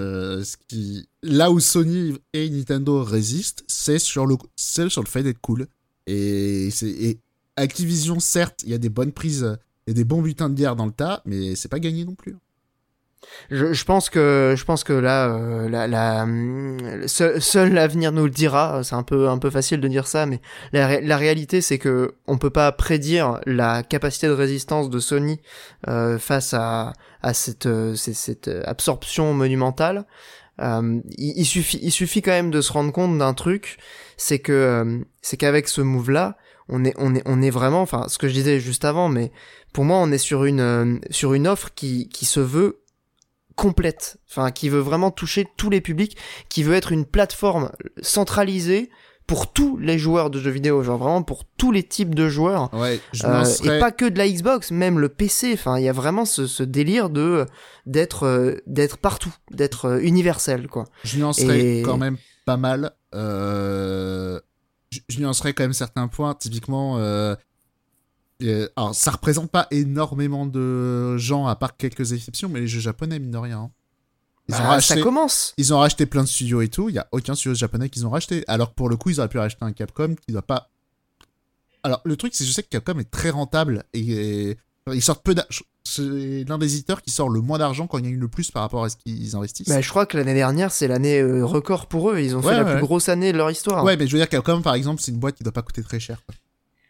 là où Sony et Nintendo résistent, c'est sur le fait d'être cool. Et Activision, certes, il y a des bonnes prises et des bons butins de bière dans le tas, mais c'est pas gagné non plus. Je pense que là, seul l'avenir nous le dira. C'est un peu facile de dire ça, mais la réalité, c'est que on peut pas prédire la capacité de résistance de Sony face à cette absorption monumentale. Il suffit quand même de se rendre compte d'un truc, c'est qu'avec ce move là, on est vraiment, enfin, ce que je disais juste avant, mais pour moi, on est sur une offre qui se veut complète, enfin, qui veut vraiment toucher tous les publics, qui veut être une plateforme centralisée pour tous les joueurs de jeux vidéo, genre vraiment pour tous les types de joueurs. Ouais, et pas que de la Xbox, même le PC. Enfin, il y a vraiment ce délire d'être partout, d'être universel, quoi. Je nuancerais quand même pas mal. Je nuancerais quand même certains points. Typiquement, alors ça représente pas énormément de gens à part quelques exceptions, mais les jeux japonais, mine de rien. Ça commence. Ils ont racheté plein de studios et tout. Il y a aucun studio japonais qu'ils ont racheté. Alors que pour le coup, ils auraient pu racheter un Capcom qui doit pas. Alors le truc, c'est que je sais que Capcom est très rentable et ils sortent peu. c'est l'un des éditeurs qui sort le moins d'argent quand il gagne le plus par rapport à ce qu'ils investissent. Bah, je crois que l'année dernière, c'est l'année record pour eux. Ils ont fait la plus grosse année de leur histoire. Ouais, mais je veux dire que comme par exemple, c'est une boîte qui doit pas coûter très cher, quoi.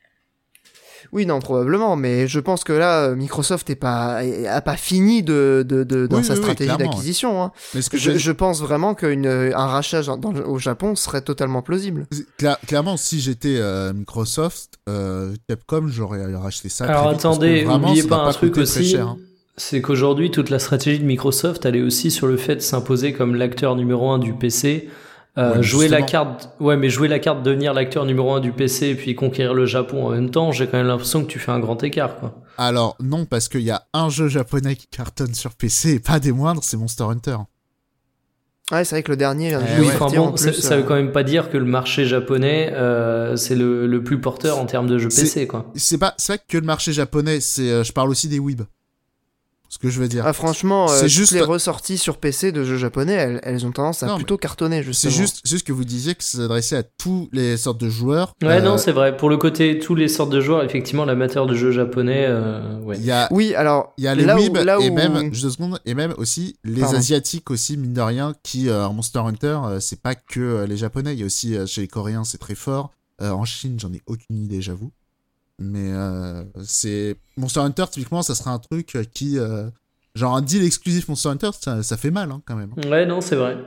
Oui, non, probablement, mais je pense que là, Microsoft a pas fini dans sa stratégie d'acquisition. Hein. Mais je pense vraiment qu'un rachat au Japon serait totalement plausible. Clairement, si j'étais Microsoft, Capcom, j'aurais racheté ça. Alors attendez, n'oubliez pas un truc aussi, cher, hein. C'est qu'aujourd'hui, toute la stratégie de Microsoft, elle est aussi sur le fait de s'imposer comme l'acteur numéro 1 du PC. Jouer la carte, devenir l'acteur numéro 1 du PC et puis conquérir le Japon en même temps, j'ai quand même l'impression que tu fais un grand écart, quoi. Alors, non, parce qu'il y a un jeu japonais qui cartonne sur PC et pas des moindres, c'est Monster Hunter. Ouais, c'est vrai que le dernier. Ça veut quand même pas dire que le marché japonais, c'est le plus porteur en termes de jeux PC, quoi. C'est pas que le marché japonais, je parle aussi des weebs. Ce que je veux dire. Ah, franchement, toutes les ressorties sur PC de jeux japonais, elles ont tendance à plutôt cartonner, justement. C'est juste que vous disiez que ça s'adressait à tous les sortes de joueurs. Ouais, non, c'est vrai. Pour le côté tous les sortes de joueurs, effectivement, l'amateur de jeux japonais, ouais. Il y a les weebs et même aussi les asiatiques aussi, mine de rien, qui en Monster Hunter, c'est pas que les japonais, il y a aussi chez les coréens, c'est très fort. En Chine, j'en ai aucune idée, j'avoue. Mais c'est Monster Hunter, typiquement, ça serait un truc qui genre un deal exclusif Monster Hunter, ça fait mal, hein, quand même. Ouais, non, c'est vrai.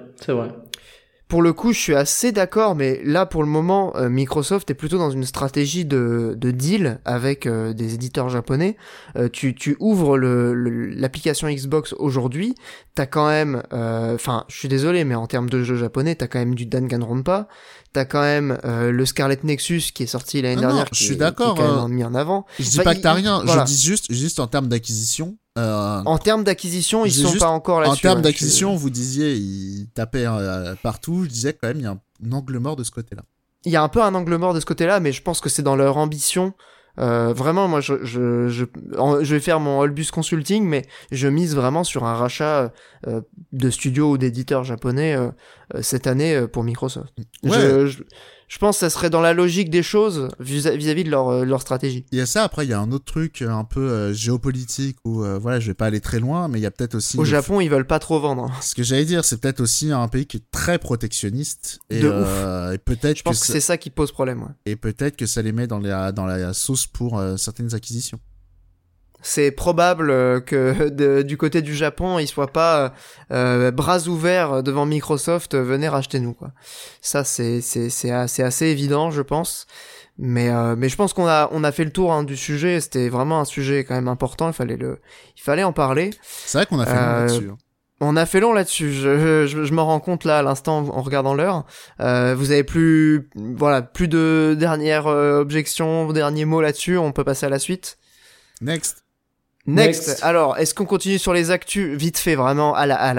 Pour le coup, je suis assez d'accord, mais là, pour le moment, Microsoft est plutôt dans une stratégie de deal avec des éditeurs japonais. Tu ouvres l'application Xbox aujourd'hui, t'as quand même, je suis désolé, mais en termes de jeux japonais, t'as quand même du Danganronpa, t'as quand même le Scarlet Nexus qui est sorti l'année dernière, je suis d'accord, qui est quand même mis en avant. Je dis pas que t'as rien, voilà. Je dis juste en termes d'acquisition. En termes d'acquisition, ils sont pas encore là-dessus. En termes d'acquisition, vous disiez, ils tapaient partout. Je disais quand même, il y a un angle mort de ce côté-là. Il y a un peu un angle mort de ce côté-là, mais je pense que c'est dans leur ambition. Vraiment, moi, je vais faire mon Olbus Consulting, mais je mise vraiment sur un rachat de studio ou d'éditeurs japonais cette année pour Microsoft. Ouais. Je pense que ça serait dans la logique des choses vis-à-vis de leur stratégie. Il y a ça, après il y a un autre truc un peu géopolitique où voilà, je vais pas aller très loin, mais il y a peut-être aussi... Au Japon, ils veulent pas trop vendre. Ce que j'allais dire, c'est peut-être aussi un pays qui est très protectionniste. Et, ouf. Et peut-être je pense que c'est ça qui pose problème. Ouais. Et peut-être que ça les met dans la sauce pour certaines acquisitions. C'est probable que du côté du Japon, ils soient pas bras ouverts devant Microsoft, venez racheter nous, quoi. Ça, c'est assez évident, je pense. Mais je pense qu'on a fait le tour du sujet. C'était vraiment un sujet quand même important. Il fallait en parler. C'est vrai qu'on a fait long là-dessus. On a fait long là-dessus. Je m'en rends compte là à l'instant en regardant l'heure. Vous avez plus de dernières objections, derniers mots là-dessus. On peut passer à la suite. Next. Alors, est-ce qu'on continue sur les actus vite fait, vraiment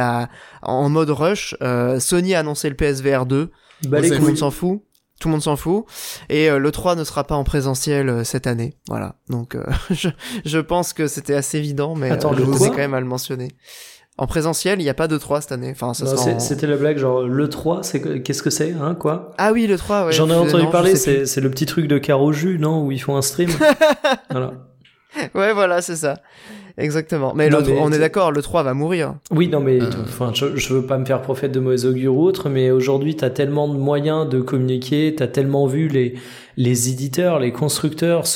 en mode rush? Sony a annoncé le PSVR 2. Tout le monde s'en fout. Tout le monde s'en fout. Et le 3 ne sera pas en présentiel cette année. Voilà. Donc, je pense que c'était assez évident, mais je vous ai quand même à le mentionner. En présentiel, il n'y a pas de 3 cette année. Enfin, c'était la blague, genre le 3, qu'est-ce que c'est, hein, quoi? Ah oui, le 3, ouais. J'en ai entendu parler, c'est le petit truc de Caro Jus, non, où ils font un stream. Voilà. Ouais, voilà, c'est ça. Exactement. Mais on est d'accord, le 3 va mourir. Oui, non, mais je veux pas me faire prophète de mauvais augure ou autre, mais aujourd'hui, t'as tellement de moyens de communiquer, t'as tellement vu les éditeurs, les constructeurs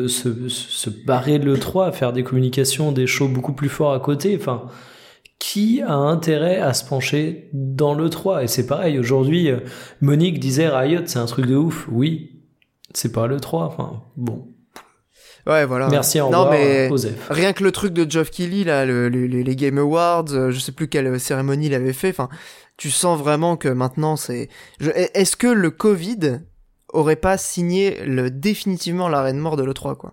se barrer de l'E3, faire des communications, des shows beaucoup plus forts à côté. Enfin, qui a intérêt à se pencher dans l'E3? Et c'est pareil, aujourd'hui, Monique disait Riot, c'est un truc de ouf. Oui, c'est pas l'E3, enfin, bon. Ouais, voilà. Merci, au revoir, mais Osef. Rien que le truc de Geoff Keighley, là, les Game Awards, je sais plus quelle cérémonie il avait fait, enfin, tu sens vraiment que maintenant est-ce que le Covid aurait pas signé définitivement l'arrêt de mort de l'E3, quoi?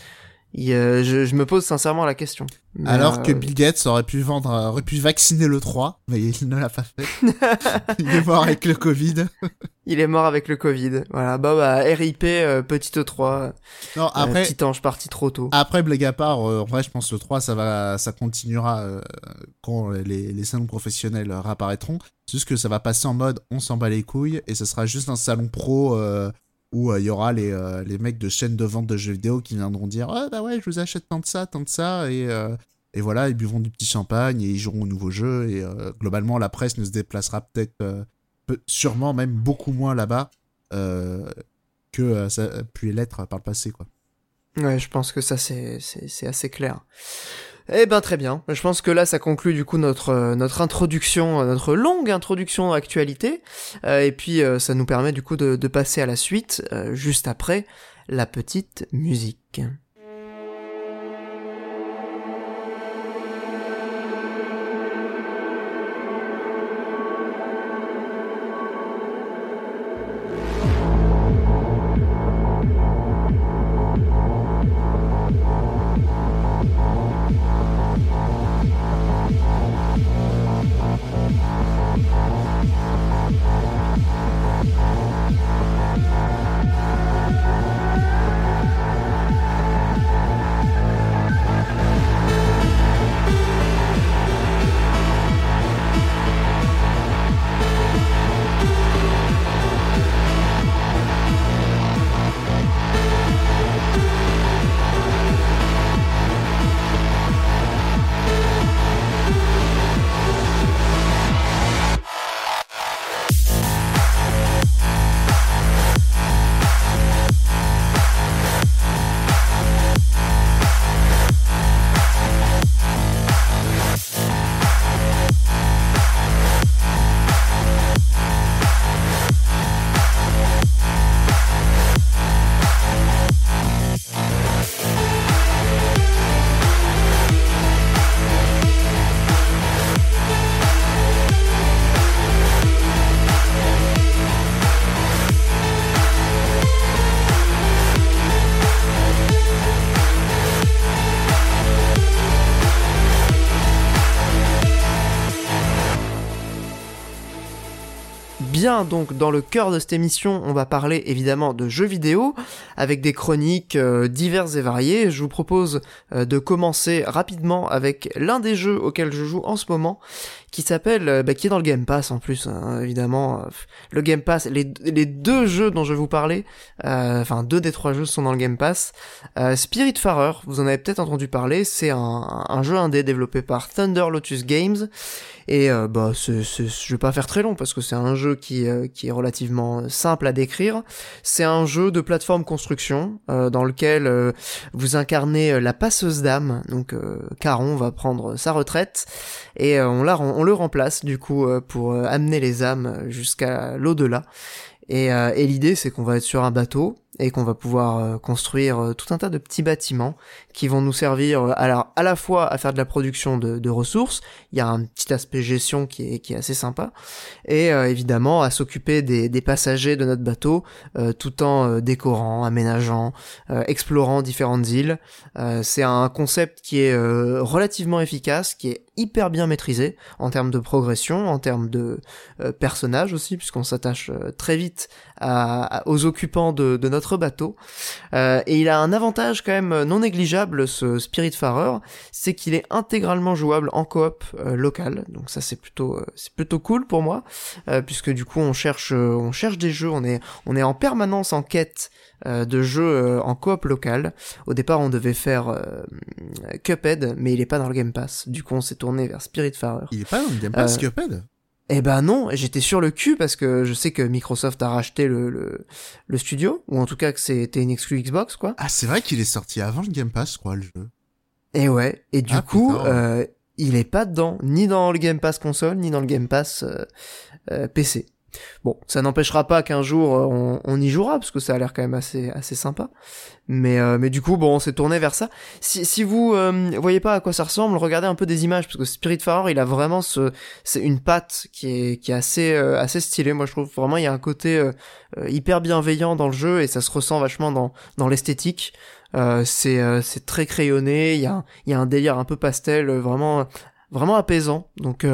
Je me pose sincèrement la question. Mais alors que Bill Gates aurait pu vacciner le 3, mais il ne l'a pas fait. Il est mort avec le Covid. Il est mort avec le Covid. Voilà, RIP, petite E3. Non, après, petit ange parti trop tôt. Après, blague à part, en vrai, je pense que le 3, ça continuera quand les salons professionnels réapparaîtront. C'est juste que ça va passer en mode on s'en bat les couilles et ce sera juste un salon pro où il y aura les mecs de chaînes de vente de jeux vidéo qui viendront dire bah ouais, je vous achète tant de ça Et voilà, ils buvront du petit champagne et ils joueront au nouveau jeu. Et globalement, la presse ne se déplacera peut-être, sûrement même beaucoup moins là-bas que ça a pu l'être par le passé, quoi. Ouais, je pense que ça c'est assez clair. Eh ben très bien, je pense que là ça conclut du coup notre introduction, notre longue introduction à l'actualité, et puis ça nous permet du coup de passer à la suite, juste après la petite musique. Bien, donc dans le cœur de cette émission, on va parler évidemment de jeux vidéo, avec des chroniques diverses et variées. Je vous propose de commencer rapidement avec l'un des jeux auxquels je joue en ce moment, qui s'appelle, qui est dans le Game Pass en plus, hein, évidemment. Le Game Pass, les deux jeux dont je vais vous parler, enfin 2 des 3 jeux sont dans le Game Pass. Spiritfarer, vous en avez peut-être entendu parler, c'est un jeu indé développé par Thunder Lotus Games. Et je vais pas faire très long parce que c'est un jeu qui est relativement simple à décrire. C'est un jeu de plateforme construction dans lequel vous incarnez la passeuse d'âme. Donc Caron va prendre sa retraite et on le remplace du coup pour amener les âmes jusqu'à l'au-delà. Et l'idée c'est qu'on va être sur un bateau et qu'on va pouvoir construire tout un tas de petits bâtiments qui vont nous servir alors à la fois à faire de la production de ressources, il y a un petit aspect gestion qui est assez sympa, et évidemment à s'occuper des passagers de notre bateau tout en décorant, aménageant, explorant différentes îles. C'est un concept qui est relativement efficace, qui est hyper bien maîtrisé en termes de progression, en termes de personnages aussi, puisqu'on s'attache très vite aux occupants de notre bateau. Et il a un avantage quand même non négligeable, ce Spiritfarer, c'est qu'il est intégralement jouable en coop local. Donc ça c'est plutôt cool pour moi, puisque du coup on cherche des jeux, on est en permanence en quête de jeux en coop local. Au départ on devait faire Cuphead, mais il est pas dans le Game Pass. Du coup on s'est tourné vers Spiritfarer. Il est pas dans le Game Pass, Cuphead ? Eh ben non, j'étais sur le cul parce que je sais que Microsoft a racheté le studio, ou en tout cas que c'était une exclu Xbox, quoi. Ah, c'est vrai qu'il est sorti avant le Game Pass, je crois, le jeu. Et ouais, et du coup, putain. il est pas dedans, ni dans le Game Pass console, ni dans le Game Pass PC. Bon, ça n'empêchera pas qu'un jour on y jouera, parce que ça a l'air quand même assez sympa. Mais du coup, bon, on s'est tourné vers ça. Si vous voyez pas à quoi ça ressemble, regardez un peu des images, parce que Spiritfarer, il a vraiment c'est une patte qui est assez stylée. Moi, je trouve vraiment il y a un côté hyper bienveillant dans le jeu, et ça se ressent vachement dans l'esthétique. C'est très crayonné, il y a un délire un peu pastel, vraiment apaisant. Donc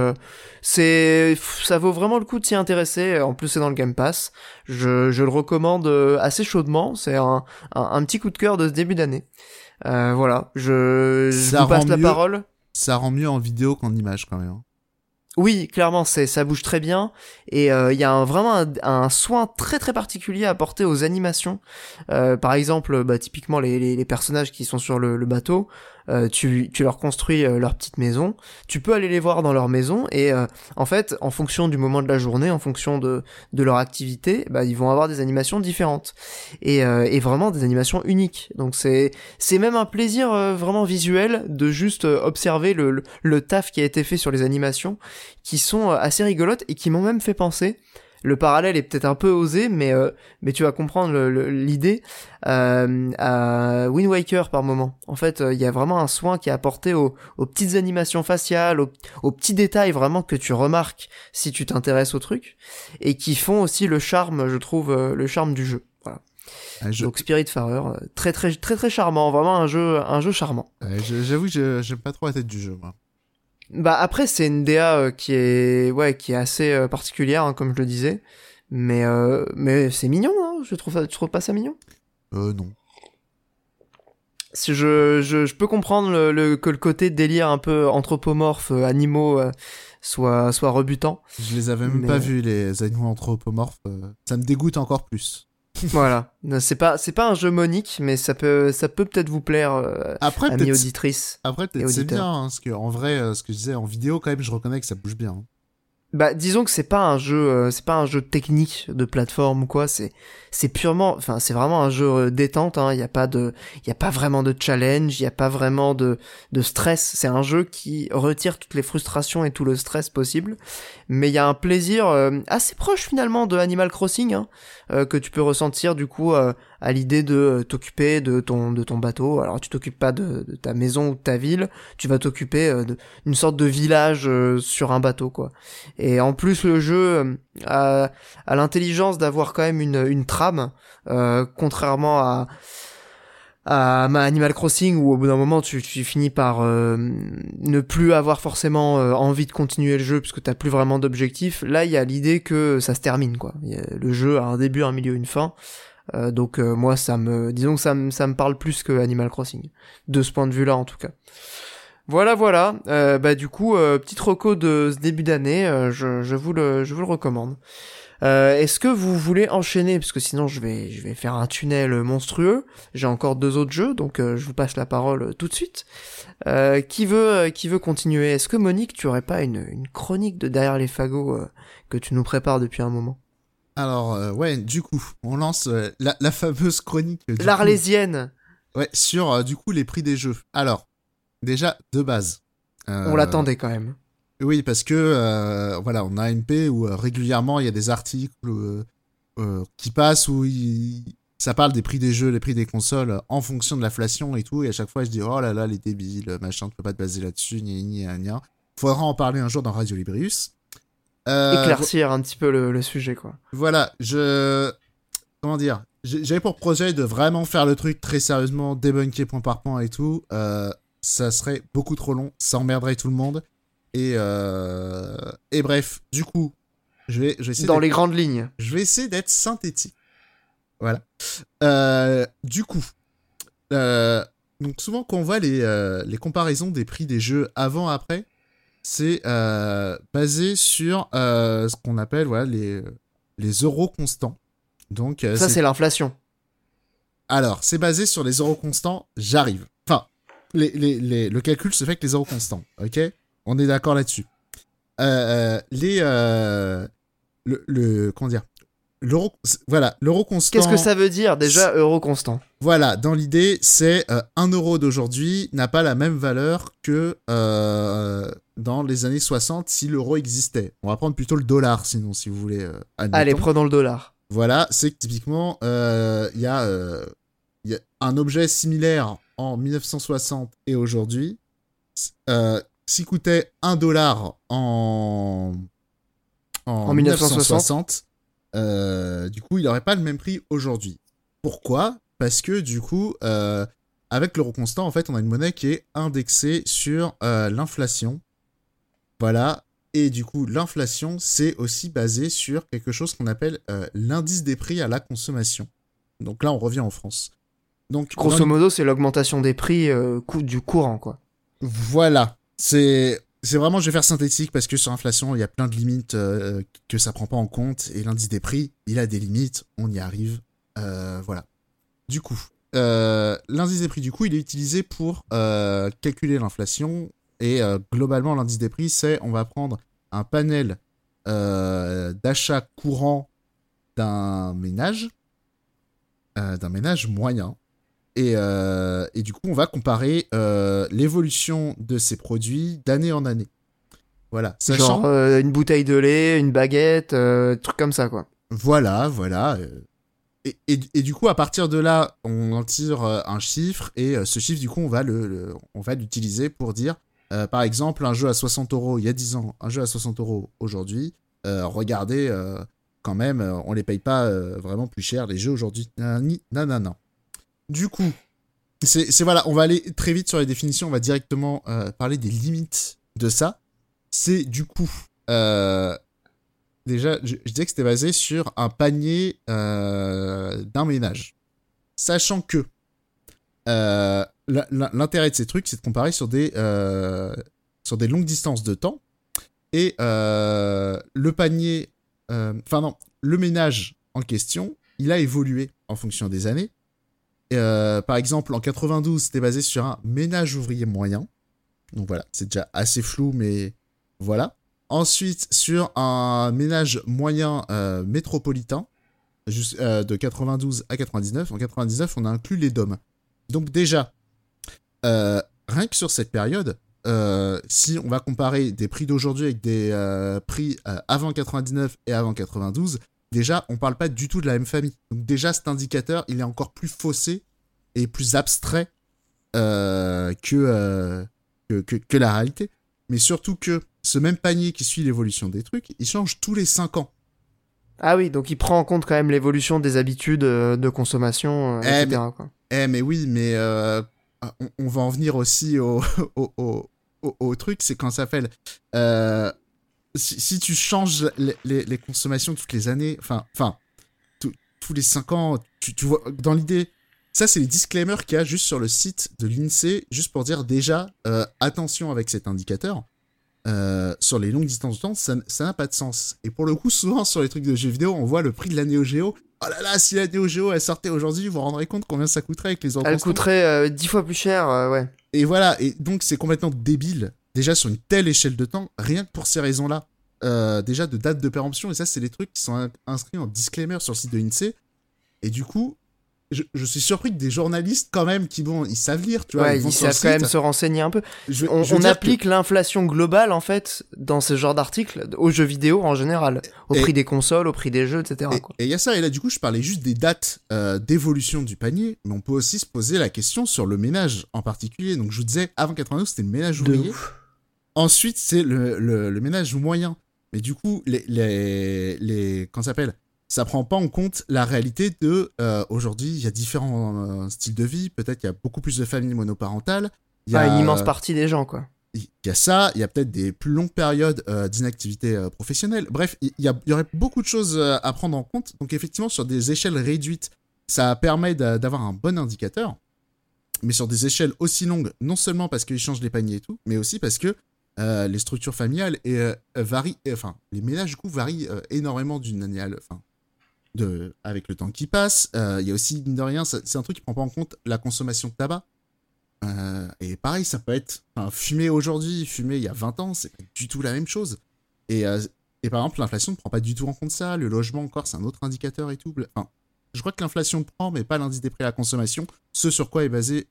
ça vaut vraiment le coup de s'y intéresser. En plus c'est dans le Game Pass. Je le recommande assez chaudement. C'est un petit coup de cœur de ce début d'année. Voilà, je vous passe la parole. Ça rend mieux en vidéo qu'en image quand même. Oui, clairement, ça bouge très bien, et il y a vraiment un soin très très particulier à apporter aux animations. Par exemple, typiquement les personnages qui sont sur le bateau, tu leur construis leur petite maison, tu peux aller les voir dans leur maison, et en fait, en fonction du moment de la journée, en fonction de leur activité, bah, ils vont avoir des animations différentes, et vraiment des animations uniques. Donc c'est même un plaisir vraiment visuel de juste observer le taf qui a été fait sur les animations, qui sont assez rigolotes et qui m'ont même fait penser. Le parallèle est peut-être un peu osé, mais tu vas comprendre l'idée, à Wind Waker par moment. En fait, il y a vraiment un soin qui est apporté aux petites animations faciales, aux petits détails vraiment que tu remarques si tu t'intéresses au truc, et qui font aussi le charme, je trouve, le charme du jeu. Voilà. Donc Spiritfarer, très très très très charmant, vraiment un jeu charmant. J'avoue que j'aime pas trop la tête du jeu, moi. Bah après c'est une DA qui est assez particulière, hein, comme je le disais, mais c'est mignon, hein, tu trouves pas ça mignon? Non. Si je peux comprendre que le côté délire un peu anthropomorphe, animaux, soit rebutant. Je les avais même pas vus, les animaux anthropomorphes, ça me dégoûte encore plus. Voilà, c'est pas un jeu monique, mais ça peut peut-être vous plaire, après, amis auditrices. Après peut-être c'est bien, hein, parce que en vrai, ce que je disais en vidéo quand même, je reconnais que ça bouge bien. Hein. Bah disons que c'est pas un jeu technique de plateforme ou quoi, c'est purement, enfin c'est vraiment un jeu détente, hein, il y a pas vraiment de challenge, il y a pas vraiment de stress, c'est un jeu qui retire toutes les frustrations et tout le stress possible, mais il y a un plaisir assez proche finalement de Animal Crossing, hein, que tu peux ressentir du coup à l'idée de t'occuper de ton bateau. Alors tu t'occupes pas de ta maison ou de ta ville, tu vas t'occuper d'une sorte de village sur un bateau, quoi. Et en plus le jeu a l'intelligence d'avoir quand même une trame, contrairement à Animal Crossing, où au bout d'un moment tu finis par ne plus avoir forcément envie de continuer le jeu puisque t'as plus vraiment d'objectif. Là il y a l'idée que ça se termine, quoi. Le jeu a un début, un milieu, une fin. Donc moi disons que ça me parle plus que Animal Crossing, de ce point de vue là en tout cas. Voilà. Bah du coup, petite reco de ce début d'année, je vous le recommande. Est-ce que vous voulez enchaîner, parce que sinon je vais faire un tunnel monstrueux. J'ai encore 2 autres jeux, donc je vous passe la parole tout de suite. Qui veut continuer? Est-ce que Monique, tu aurais pas une chronique de Derrière les fagots que tu nous prépares depuis un moment? Alors ouais, du coup, on lance la fameuse chronique. L'Arlésienne. Ouais, sur du coup les prix des jeux. Alors. Déjà, de base. On l'attendait quand même. Oui, parce que, voilà, on a AMP où régulièrement il y a des articles qui passent où ça parle des prix des jeux, les prix des consoles en fonction de l'inflation et tout. Et à chaque fois, je dis, oh là là, les débiles, machin, tu peux pas te baser là-dessus, gna. Faudra en parler un jour dans Radio Librius. Éclaircir un petit peu le sujet, quoi. Voilà, comment dire, j'avais pour projet de vraiment faire le truc très sérieusement, débunker point par point et tout. Ça serait beaucoup trop long, ça emmerderait tout le monde. Et bref, du coup, je vais essayer dans les grandes lignes. Je vais essayer d'être synthétique. Voilà. Du coup, donc souvent quand on voit les comparaisons des prix des jeux avant-après, c'est basé sur ce qu'on appelle les euros constants. Donc, ça, c'est l'inflation. Alors, c'est basé sur les euros constants, j'arrive. Enfin, le calcul se fait avec les euros constants, ok ? On est d'accord là-dessus. Comment dire ? L'euro constant... Qu'est-ce que ça veut dire, déjà, euro constant ? Voilà, dans l'idée, c'est 1 euro d'aujourd'hui n'a pas la même valeur que dans les années 60 si l'euro existait. On va prendre plutôt le dollar, sinon, si vous voulez. Allez, prenons le dollar. Voilà, c'est que typiquement, il y a un objet similaire en 1960 et aujourd'hui. S'il coûtait $1 en 1960, du coup, il n'aurait pas le même prix aujourd'hui. Pourquoi ? Parce que du coup, avec l'euro constant, en fait, on a une monnaie qui est indexée sur l'inflation. Voilà. Et du coup, l'inflation, c'est aussi basé sur quelque chose qu'on appelle l'indice des prix à la consommation. Donc là, on revient en France. Donc, grosso modo, c'est l'augmentation des prix du courant, quoi. Voilà. C'est vraiment, je vais faire synthétique parce que sur l'inflation, il y a plein de limites que ça prend pas en compte. Et l'indice des prix, il a des limites. On y arrive. Voilà. Du coup, l'indice des prix, du coup, il est utilisé pour calculer l'inflation. Et globalement, l'indice des prix, on va prendre un panel d'achat courant d'un ménage moyen. Et du coup, on va comparer l'évolution de ces produits d'année en année. Voilà. Genre une bouteille de lait, une baguette, trucs comme ça, quoi. Voilà. Et du coup, à partir de là, on en tire un chiffre. Et ce chiffre, du coup, on va l'utiliser pour dire, par exemple, un jeu à 60 € il y a 10 ans, un jeu à 60 € aujourd'hui. Regardez, quand même, on les paye pas vraiment plus cher, les jeux aujourd'hui. Non. Du coup, voilà, on va aller très vite sur les définitions, on va directement parler des limites de ça. C'est du coup, déjà, je disais que c'était basé sur un panier d'un ménage. Sachant que l'intérêt de ces trucs, c'est de comparer sur des longues distances de temps. Et le panier, le ménage en question, il a évolué en fonction des années. Par exemple, en 92, c'était basé sur un ménage ouvrier moyen. Donc voilà, c'est déjà assez flou, mais voilà. Ensuite, sur un ménage moyen métropolitain, de 92 à 99. En 99, on a inclus les DOM. Donc déjà, rien que sur cette période, si on va comparer des prix d'aujourd'hui avec des prix avant 99 et avant 92, déjà, on parle pas du tout de la même famille. Donc déjà, cet indicateur, il est encore plus faussé et plus abstrait que la réalité. Mais surtout que ce même panier qui suit l'évolution des trucs, il change tous les 5 ans. Ah oui, donc il prend en compte quand même l'évolution des habitudes de consommation, etc. Quoi. Mais oui, mais on va en venir aussi au truc, c'est quand ça s'appelle... Si tu changes les consommations toutes les années, tous les 5 ans, tu vois, dans l'idée, ça c'est les disclaimers qu'il y a juste sur le site de l'INSEE, juste pour dire déjà, attention avec cet indicateur, sur les longues distances de temps, ça n'a pas de sens. Et pour le coup, souvent sur les trucs de jeux vidéo, on voit le prix de la Neo Geo. Oh là là, si la Neo Geo elle sortait aujourd'hui, vous vous rendrez compte combien ça coûterait avec les euros. Elle coûterait 10 fois plus cher, ouais. Et voilà, et donc c'est complètement débile. Déjà sur une telle échelle de temps, rien que pour ces raisons-là, déjà de date de péremption, et ça c'est les trucs qui sont inscrits en disclaimer sur le site de l'INSEE, et du coup, je suis surpris que des journalistes quand même ils savent lire, tu vois. Ouais, ils savent quand même se renseigner un peu. On applique l'inflation globale en fait dans ce genre d'articles aux jeux vidéo en général, au prix des consoles, au prix des jeux, etc. Et il y a ça, et là du coup je parlais juste des dates d'évolution du panier, mais on peut aussi se poser la question sur le ménage en particulier. Donc je vous disais, avant 92 c'était le ménage ouvrier. Ensuite c'est le ménage moyen. Mais du coup quand ça s'appelle, ça prend pas en compte la réalité de aujourd'hui, il y a différents styles de vie, peut-être il y a beaucoup plus de familles monoparentales. Il y a une immense partie des gens, quoi. Il y a ça, il y a peut-être des plus longues périodes d'inactivité professionnelle. Bref, il y aurait beaucoup de choses à prendre en compte. Donc effectivement, sur des échelles réduites, ça permet d'avoir un bon indicateur. Mais sur des échelles aussi longues, non seulement parce qu'ils changent les paniers et tout, mais aussi parce que les structures familiales varient, les ménages du coup varient énormément d'une année à l'autre. Avec le temps qui passe, il y a aussi, mine de rien, c'est un truc qui prend pas en compte la consommation de tabac. Et pareil, ça peut être fumer aujourd'hui, fumer il y a 20 ans, c'est pas du tout la même chose. Et par exemple, l'inflation ne prend pas du tout en compte ça. Le logement, encore, c'est un autre indicateur et tout. Je crois que l'inflation prend, mais pas l'indice des prix à la consommation, ce sur quoi est basé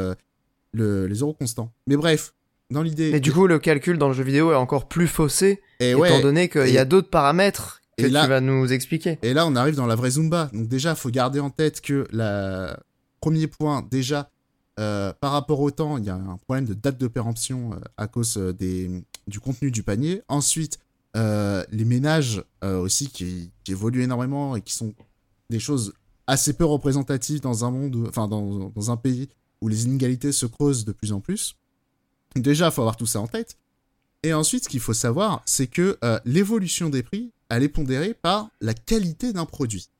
les euros constants. Mais bref, dans l'idée... Mais du coup, le calcul dans le jeu vidéo est encore plus faussé, étant donné qu'il y a d'autres paramètres que tu vas nous expliquer. Et là, on arrive dans la vraie Zumba. Donc déjà, il faut garder en tête que premier point, déjà, par rapport au temps, il y a un problème de date de péremption à cause du contenu du panier. Ensuite, les ménages aussi qui évoluent énormément et qui sont des choses assez peu représentatives dans un monde, dans un pays où les inégalités se creusent de plus en plus. Déjà, il faut avoir tout ça en tête. Et ensuite, ce qu'il faut savoir, c'est que l'évolution des prix, elle est pondérée par la qualité d'un produit.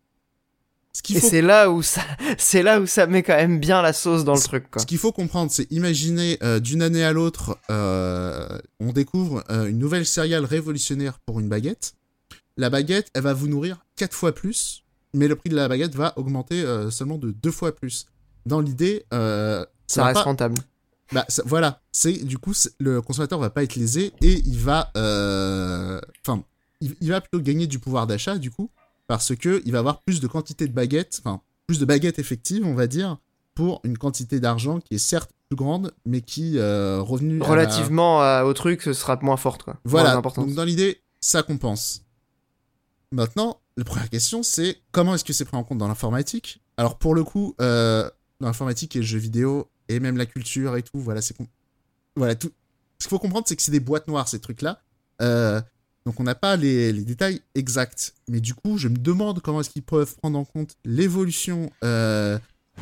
C'est là où ça met quand même bien la sauce dans le truc, quoi. Ce qu'il faut comprendre, c'est imaginer d'une année à l'autre, on découvre une nouvelle céréale révolutionnaire pour une baguette. La baguette, elle va vous nourrir 4 fois plus mais le prix de la baguette va augmenter seulement de 2 fois plus. Dans l'idée, ça reste rentable. Bah, voilà, du coup, le consommateur va pas être lésé et il va plutôt gagner du pouvoir d'achat, du coup, parce que il va avoir plus de quantité de baguettes, plus de baguettes effectives, on va dire, pour une quantité d'argent qui est certes plus grande, mais qui revenu relativement au truc, ce sera moins forte, quoi. Voilà, donc dans l'idée, ça compense. Maintenant, la première question, c'est comment est-ce que c'est pris en compte dans l'informatique ? Alors pour le coup, dans l'informatique et le jeu vidéo, et même la culture et tout, voilà, voilà, tout. Ce qu'il faut comprendre, c'est que c'est des boîtes noires, ces trucs-là. Donc on n'a pas les détails exacts. Mais du coup, je me demande comment est-ce qu'ils peuvent prendre en compte l'évolution de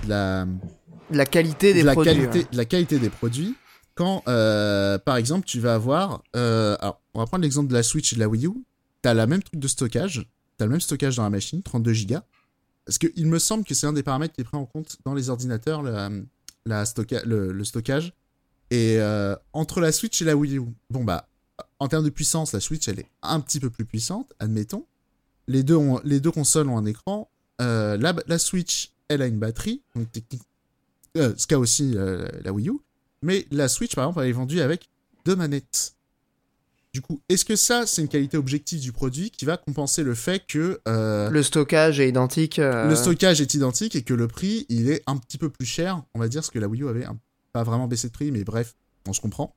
la qualité des produits. La qualité des produits. Quand, par exemple, tu vas avoir... alors, on va prendre l'exemple de la Switch et de la Wii U. T'as le même truc de stockage. T'as le même stockage dans la machine, 32 Go. Parce qu'il me semble que c'est un des paramètres qui est pris en compte dans les ordinateurs, le stockage. Et entre la Switch et la Wii U, bon bah, en termes de puissance, la Switch, elle est un petit peu plus puissante, admettons. Les deux consoles ont un écran. La Switch, elle a une batterie, donc techniquement, ce qu'a aussi la Wii U. Mais la Switch, par exemple, elle est vendue avec 2 manettes. Du coup, est-ce que ça, c'est une qualité objective du produit qui va compenser le fait que... le stockage est identique. Le stockage est identique et que le prix, il est un petit peu plus cher, on va dire, parce que la Wii U avait pas vraiment baissé de prix, mais bref, on se comprend.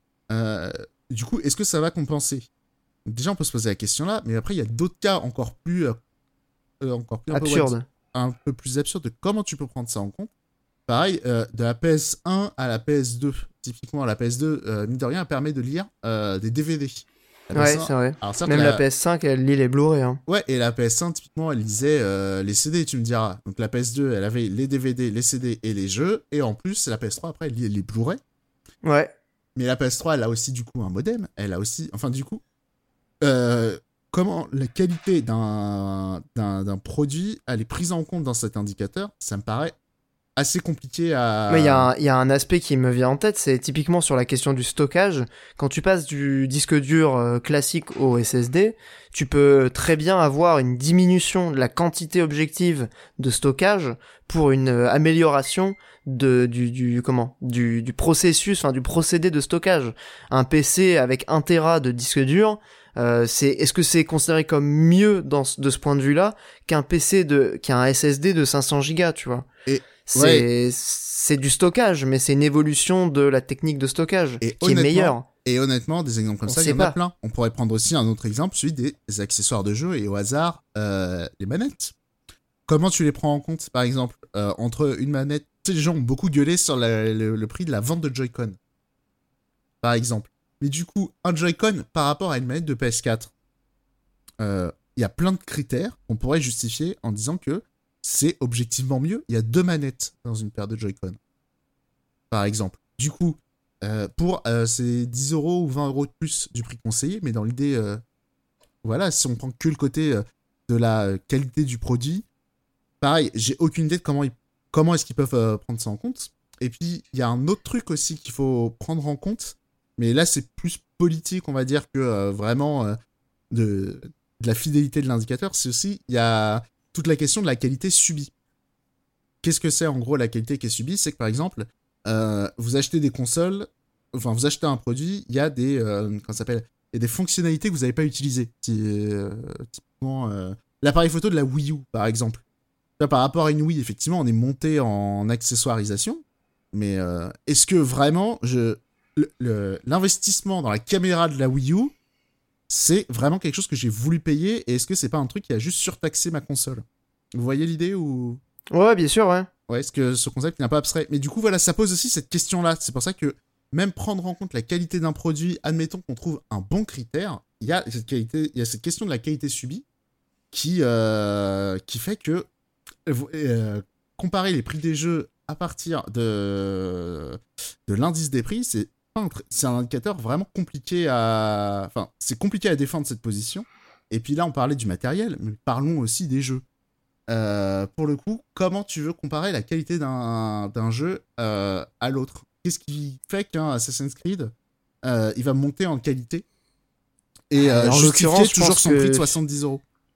Du coup, est-ce que ça va compenser ? Donc déjà, on peut se poser la question là, mais après, il y a d'autres cas encore plus absurdes. Un peu plus absurdes de comment tu peux prendre ça en compte. Pareil, de la PS1 à la PS2. Typiquement, la PS2, mine de rien, elle permet de lire des DVD. Ouais, c'est vrai. Alors, certes, même la PS5, elle lit les Blu-ray. Hein. Ouais, et la PS1, typiquement, elle lisait les CD, tu me diras. Donc la PS2, elle avait les DVD, les CD et les jeux. Et en plus, la PS3, après, elle lit les Blu-ray. Ouais. Mais la PS3, elle a aussi, du coup, un modem. Elle a aussi... Enfin, du coup... comment la qualité d'un produit, elle est prise en compte dans cet indicateur, ça me paraît assez compliqué à... Mais il y a un aspect qui me vient en tête, c'est typiquement sur la question du stockage. Quand tu passes du disque dur classique au SSD, tu peux très bien avoir une diminution de la quantité objective de stockage pour une amélioration du processus, enfin du procédé de stockage. Un PC avec 1 Tera de disque dur, est-ce que c'est considéré comme mieux de ce point de vue-là qu'un PC qu'un SSD de 500 Go, tu vois? Et c'est du stockage, mais c'est une évolution de la technique de stockage qui est meilleure. Et honnêtement, des exemples comme ça, il y en a plein. On pourrait prendre aussi un autre exemple, celui des accessoires de jeu et au hasard, les manettes. Comment tu les prends en compte, par exemple, entre une manette... Tu sais, les gens ont beaucoup gueulé sur le prix de la vente de Joy-Con, par exemple. Mais du coup, un Joy-Con par rapport à une manette de PS4, il y a plein de critères qu'on pourrait justifier en disant que c'est objectivement mieux. Il y a 2 manettes dans une paire de Joy-Con, par exemple. Du coup, pour c'est 10 € ou 20 € de plus du prix conseillé, mais dans l'idée, voilà, si on prend que le côté de la qualité du produit, pareil, j'ai aucune idée de comment est-ce qu'ils peuvent prendre ça en compte. Et puis, il y a un autre truc aussi qu'il faut prendre en compte, mais là, c'est plus politique, on va dire, que vraiment de la fidélité de l'indicateur. C'est aussi, il y a toute la question de la qualité subie. Qu'est-ce que c'est, en gros, la qualité qui est subie ? C'est que, par exemple, vous achetez des consoles, enfin, vous achetez un produit, il y a des, comment ça s'appelle ? Il y a des fonctionnalités que vous n'avez pas utilisées. Typiquement, l'appareil photo de la Wii U, par exemple. Là, par rapport à une Wii, effectivement, on est monté en accessoirisation, mais est-ce que vraiment, l'investissement dans la caméra de la Wii U, c'est vraiment quelque chose que j'ai voulu payer, et est-ce que c'est pas un truc qui a juste surtaxé ma console ? Vous voyez l'idée ou... Ouais, bien sûr, ouais. Ouais, est-ce que ce concept n'est pas abstrait ? Mais du coup, voilà, ça pose aussi cette question-là. C'est pour ça que même prendre en compte la qualité d'un produit, admettons qu'on trouve un bon critère, il y a cette question de la qualité subie qui fait que comparer les prix des jeux à partir de l'indice des prix, c'est un indicateur vraiment compliqué Enfin, c'est compliqué à défendre cette position. Et puis là, on parlait du matériel, mais parlons aussi des jeux. Pour le coup, comment tu veux comparer la qualité d'un jeu à l'autre ? Qu'est-ce qui fait qu'un Assassin's Creed, il va monter en qualité et justifier toujours son prix de 70 €?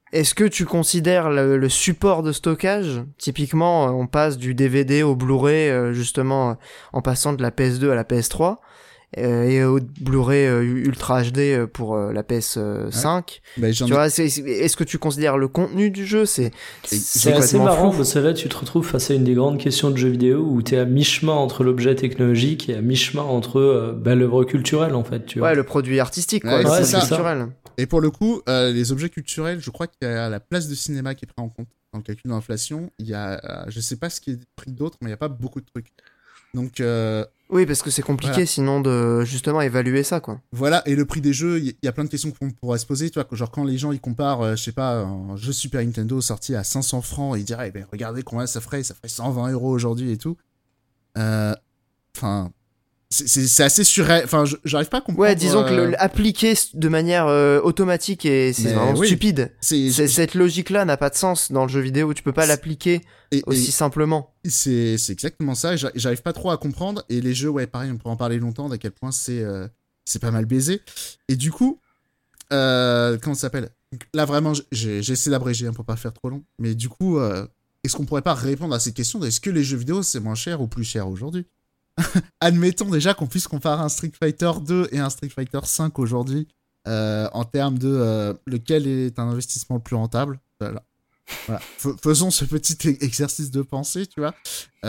Est-ce que tu considères le support de stockage, typiquement on passe du DVD au Blu-ray justement en passant de la PS2 à la PS3 et au Blu-ray Ultra HD pour la PS5. Bah, Tu vois, est-ce que tu considères le contenu du jeu C'est assez marrant parce que là tu te retrouves face à une des grandes questions de jeux vidéo où t'es à mi-chemin entre l'objet technologique et à mi-chemin entre l'œuvre culturelle en fait. Tu vois. Ouais, le produit artistique, quoi, Ouais, le produit c'est ça. culturel. Et pour le coup, les objets culturels, je crois qu'il y a la place de cinéma qui est prise en compte dans le calcul d'inflation. Il y a, je sais pas ce qui est pris d'autre, mais il y a pas beaucoup de trucs. Donc oui, parce que c'est compliqué sinon de justement évaluer ça, quoi. voilà, et le prix des jeux, il y a plein de questions qu'on pourrait se poser, tu vois, genre quand les gens ils comparent, je sais pas, un jeu Super Nintendo sorti à 500 francs, ils diraient, ben regardez combien ça ferait 120 € aujourd'hui et tout. Enfin, c'est assez surréel, enfin, j'arrive pas à comprendre. Ouais, disons que appliquer de manière automatique et c'est vraiment stupide. Cette logique-là n'a pas de sens dans le jeu vidéo, tu peux pas l'appliquer aussi simplement. C'est exactement ça, j'arrive pas trop à comprendre, et les jeux, ouais, pareil, on pourrait en parler longtemps, d'à quel point c'est pas mal baisé. Et du coup, comment ça s'appelle ? Là, vraiment, j'ai essayé d'abréger pour pas faire trop long, mais du coup, est-ce qu'on pourrait pas répondre à ces questions est-ce que les jeux vidéo, c'est moins cher ou plus cher aujourd'hui ? Admettons déjà qu'on puisse comparer un Street Fighter 2 et un Street Fighter 5 aujourd'hui, en termes de lequel est un investissement le plus rentable. Voilà. Faisons ce petit exercice de pensée, tu vois.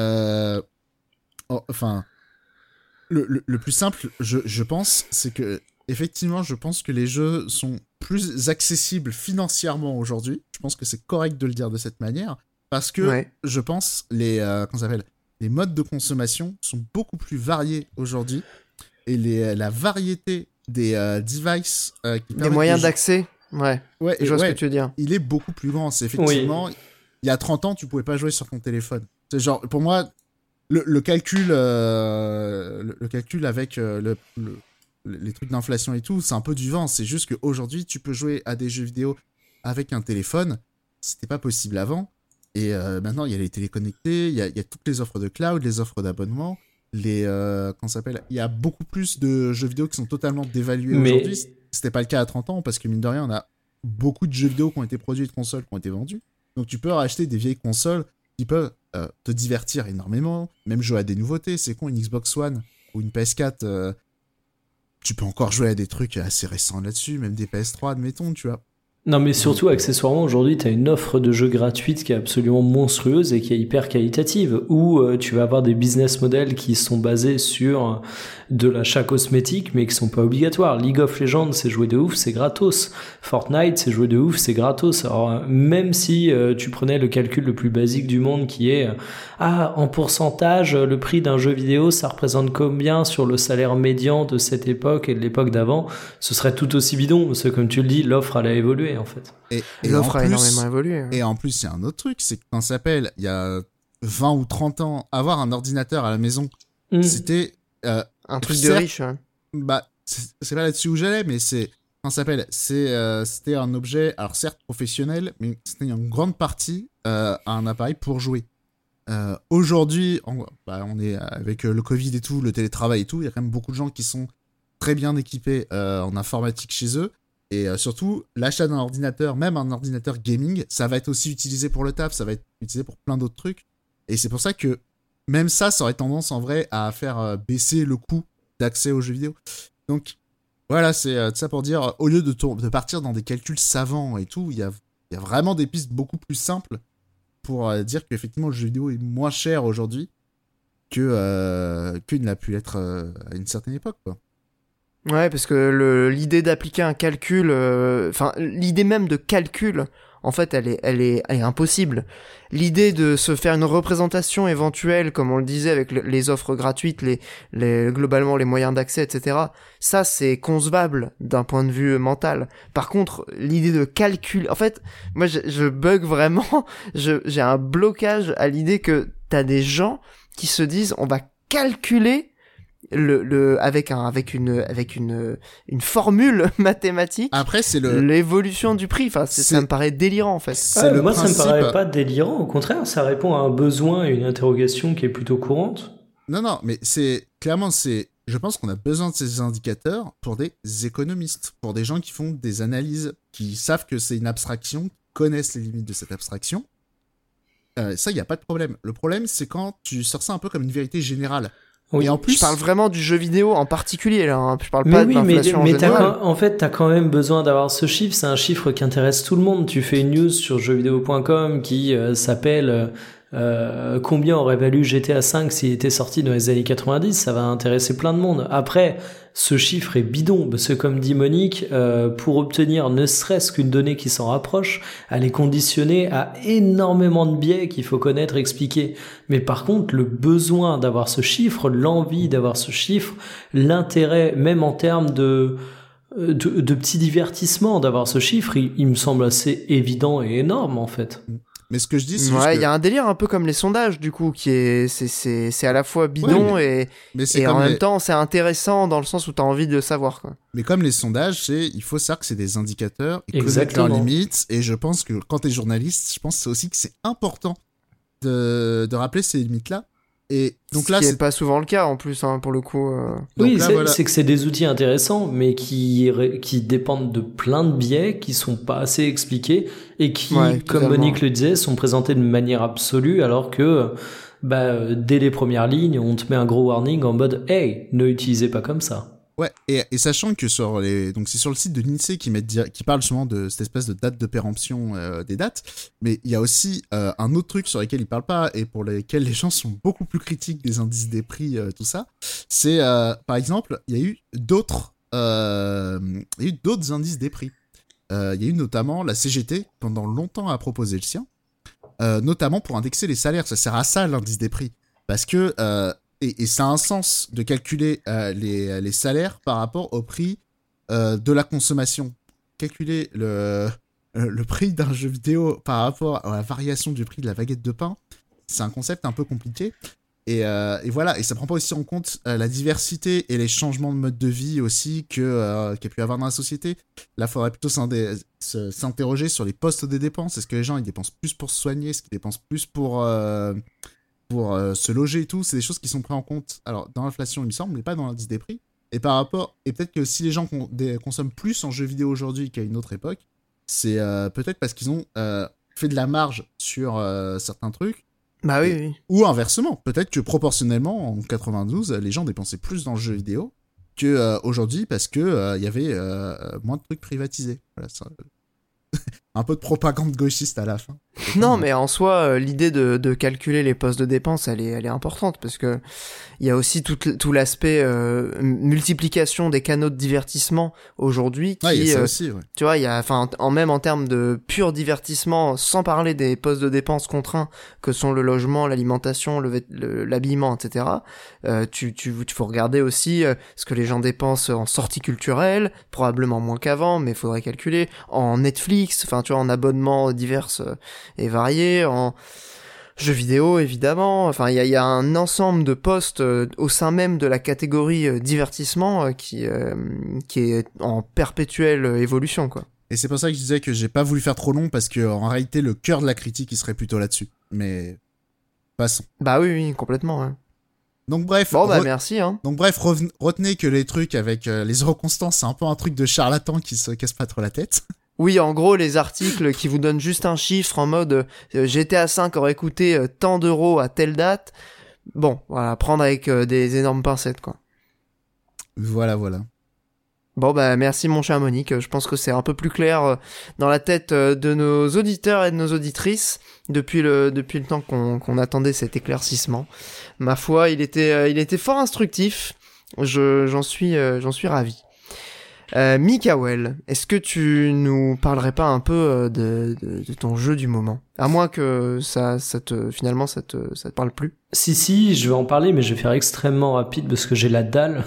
Enfin, le plus simple, je pense, c'est que effectivement, je pense que les jeux sont plus accessibles financièrement aujourd'hui. Je pense que c'est correct de le dire de cette manière, parce que je pense les modes de consommation sont beaucoup plus variés aujourd'hui, et la variété des devices des moyens d'accès. Ouais, je vois ce que tu veux dire. Il est beaucoup plus grand. C'est effectivement, il y a 30 ans, tu pouvais pas jouer sur ton téléphone. C'est genre, pour moi, le calcul avec les trucs d'inflation et tout, c'est un peu du vent. C'est juste qu'aujourd'hui, tu peux jouer à des jeux vidéo avec un téléphone. C'était pas possible avant. Et maintenant, il y a les téléconnectés, il y a toutes les offres de cloud, les offres d'abonnement, comment ça s'appelle ? Il y a beaucoup plus de jeux vidéo qui sont totalement dévalués aujourd'hui. C'était pas le cas à 30 ans, parce que mine de rien, on a beaucoup de jeux vidéo qui ont été produits et de consoles qui ont été vendus. Donc tu peux racheter des vieilles consoles qui peuvent te divertir énormément, même jouer à des nouveautés. C'est con, une Xbox One ou une PS4, tu peux encore jouer à des trucs assez récents là-dessus, même des PS3, admettons, tu vois. Non, mais surtout, accessoirement, aujourd'hui, t'as une offre de jeux gratuite qui est absolument monstrueuse et qui est hyper qualitative, où tu vas avoir des business models qui sont basés sur de l'achat cosmétique, mais qui sont pas obligatoires. League of Legends, c'est jouer de ouf, c'est gratos. Fortnite, c'est jouer de ouf, c'est gratos. Alors, même si tu prenais le calcul le plus basique du monde, qui est, en pourcentage, le prix d'un jeu vidéo, ça représente combien sur le salaire médian de cette époque et de l'époque d'avant, ce serait tout aussi bidon, parce que, comme tu le dis, l'offre, elle a évolué, en fait. Et l'offre a énormément évolué. Et en plus, il y a un autre truc, c'est que quand ça s'appelle, il y a 20 ou 30 ans, avoir un ordinateur à la maison, c'était... un truc de riche. Hein. Bah, c'est pas là-dessus où j'allais, mais c'est... Quand ça s'appelle, c'était un objet, alors certes professionnel, mais c'était une grande partie un appareil pour jouer. Aujourd'hui, on est avec le Covid et tout, le télétravail et tout, il y a quand même beaucoup de gens qui sont très bien équipés en informatique chez eux. Et surtout, l'achat d'un ordinateur, même un ordinateur gaming, ça va être aussi utilisé pour le taf, ça va être utilisé pour plein d'autres trucs. Et c'est pour ça que même ça aurait tendance en vrai à faire baisser le coût d'accès aux jeux vidéo. Donc voilà, c'est ça pour dire, au lieu de partir dans des calculs savants et tout, il y a vraiment des pistes beaucoup plus simples pour dire qu'effectivement le jeu vidéo est moins cher aujourd'hui qu'il ne l'a pu l'être à une certaine époque, quoi. Ouais, parce que l'idée d'appliquer un calcul, l'idée même de calcul, en fait, elle est impossible. L'idée de se faire une représentation éventuelle, comme on le disait avec les offres gratuites, globalement les moyens d'accès, etc. Ça, c'est concevable d'un point de vue mental. Par contre, l'idée de calcul, en fait, moi, je bug vraiment. J'ai un blocage à l'idée que t'as des gens qui se disent, on va calculer avec une formule mathématique. Après, c'est l'évolution du prix. Enfin, ça me paraît délirant, en fait. Moi, ça me paraît pas délirant. Au contraire, ça répond à un besoin et une interrogation qui est plutôt courante. Non, mais je pense qu'on a besoin de ces indicateurs pour des économistes, pour des gens qui font des analyses, qui savent que c'est une abstraction connaissent les limites de cette abstraction. Ça, il n'y a pas de problème. Le problème, c'est quand tu sors ça un peu comme une vérité générale. Oui, et en plus, je parle vraiment du jeu vidéo en particulier là. Hein. Je parle pas de l'inflation en général. En fait, t'as quand même besoin d'avoir ce chiffre. C'est un chiffre qui intéresse tout le monde. Tu fais une news sur jeuxvideo.com qui s'appelle combien aurait valu GTA 5 s'il était sorti dans les années 90. Ça va intéresser plein de monde. Après, ce chiffre est bidon parce que, comme dit Monique, pour obtenir ne serait-ce qu'une donnée qui s'en rapproche, elle est conditionnée à énormément de biais qu'il faut connaître, expliquer. Mais par contre, le besoin d'avoir ce chiffre, l'envie d'avoir ce chiffre, l'intérêt, même en termes de petits divertissements, d'avoir ce chiffre, il me semble assez évident et énorme en fait. Mais ce que je dis, c'est ouais, il y a un délire un peu comme les sondages, du coup, qui est, c'est à la fois bidon et en même temps, c'est intéressant dans le sens où t'as envie de savoir, quoi. Mais comme les sondages, il faut savoir que c'est des indicateurs, ils connaissent Exactement. leurs limites, et je pense que quand t'es journaliste, je pense aussi que c'est important de rappeler ces limites-là. Et donc ce là, qui c'est est pas souvent le cas en plus, hein, pour le coup. Oui, là, c'est que c'est des outils intéressants, mais qui dépendent de plein de biais, qui sont pas assez expliqués et qui, comme Monique le disait, sont présentés de manière absolue, alors que dès les premières lignes, on te met un gros warning en mode hey, ne utilisez pas comme ça. Ouais, et sachant que donc c'est sur le site de l'INSEE qui parle justement de cette espèce de date de péremption des dates, mais il y a aussi un autre truc sur lequel ils parlent pas et pour lesquels les gens sont beaucoup plus critiques des indices des prix, tout ça. C'est par exemple, il y a eu d'autres indices des prix. Il y a eu notamment la CGT pendant longtemps a proposé le sien, notamment pour indexer les salaires. Ça sert à ça l'indice des prix, parce que et ça a un sens de calculer les salaires par rapport au prix de la consommation. Calculer le prix d'un jeu vidéo par rapport à la variation du prix de la baguette de pain, c'est un concept un peu compliqué. Et voilà, et ça prend pas aussi en compte la diversité et les changements de mode de vie aussi qu'il y a pu avoir dans la société. Là, il faudrait plutôt s'interroger sur les postes des dépenses. Est-ce que les gens ils dépensent plus pour se soigner? Est-ce qu'ils dépensent plus pour se loger et tout? C'est des choses qui sont prises en compte. Alors, dans l'inflation, il me semble, mais pas dans l'indice des prix. Et peut-être que si les gens consomment plus en jeux vidéo aujourd'hui qu'à une autre époque, c'est peut-être parce qu'ils ont fait de la marge sur certains trucs. Bah oui. Ou inversement, peut-être que proportionnellement, en 92, les gens dépensaient plus dans le jeu vidéo que aujourd'hui parce que il y avait moins de trucs privatisés. Voilà, ça... Un peu de propagande gauchiste à la fin. Non, mais en soi, l'idée de calculer les postes de dépenses, elle est importante parce que il y a aussi tout l'aspect multiplication des canaux de divertissement aujourd'hui qui, il y a ça aussi, ouais. Tu vois, il y a, même en termes de pur divertissement, sans parler des postes de dépenses contraints que sont le logement, l'alimentation, l'habillement, etc. Tu faut regarder aussi ce que les gens dépensent en sorties culturelles, probablement moins qu'avant, mais il faudrait calculer en Netflix, tu vois, en abonnements divers et variés, en jeux vidéo évidemment. Il y a un ensemble de postes au sein même de la catégorie divertissement qui est en perpétuelle évolution, quoi. Et c'est pour ça que je disais que j'ai pas voulu faire trop long parce que en réalité le cœur de la critique il serait plutôt là-dessus. Mais passons. Bah oui, complètement. Ouais. Donc bref. Bon merci. Hein. Donc bref, retenez que les trucs avec les euros constants, c'est un peu un truc de charlatan qui se casse pas trop la tête. Oui, en gros, les articles qui vous donnent juste un chiffre en mode GTA 5 aurait coûté tant d'euros à telle date. Bon, voilà, prendre avec des énormes pincettes, quoi. Voilà. Bon, merci mon cher Monique. Je pense que c'est un peu plus clair dans la tête de nos auditeurs et de nos auditrices depuis le temps qu'on attendait cet éclaircissement. Ma foi, il était fort instructif. J'en suis ravi. Mikael, est-ce que tu nous parlerais pas un peu de ton jeu du moment? À moins que ça te parle plus. Si, je vais en parler, mais je vais faire extrêmement rapide parce que j'ai la dalle.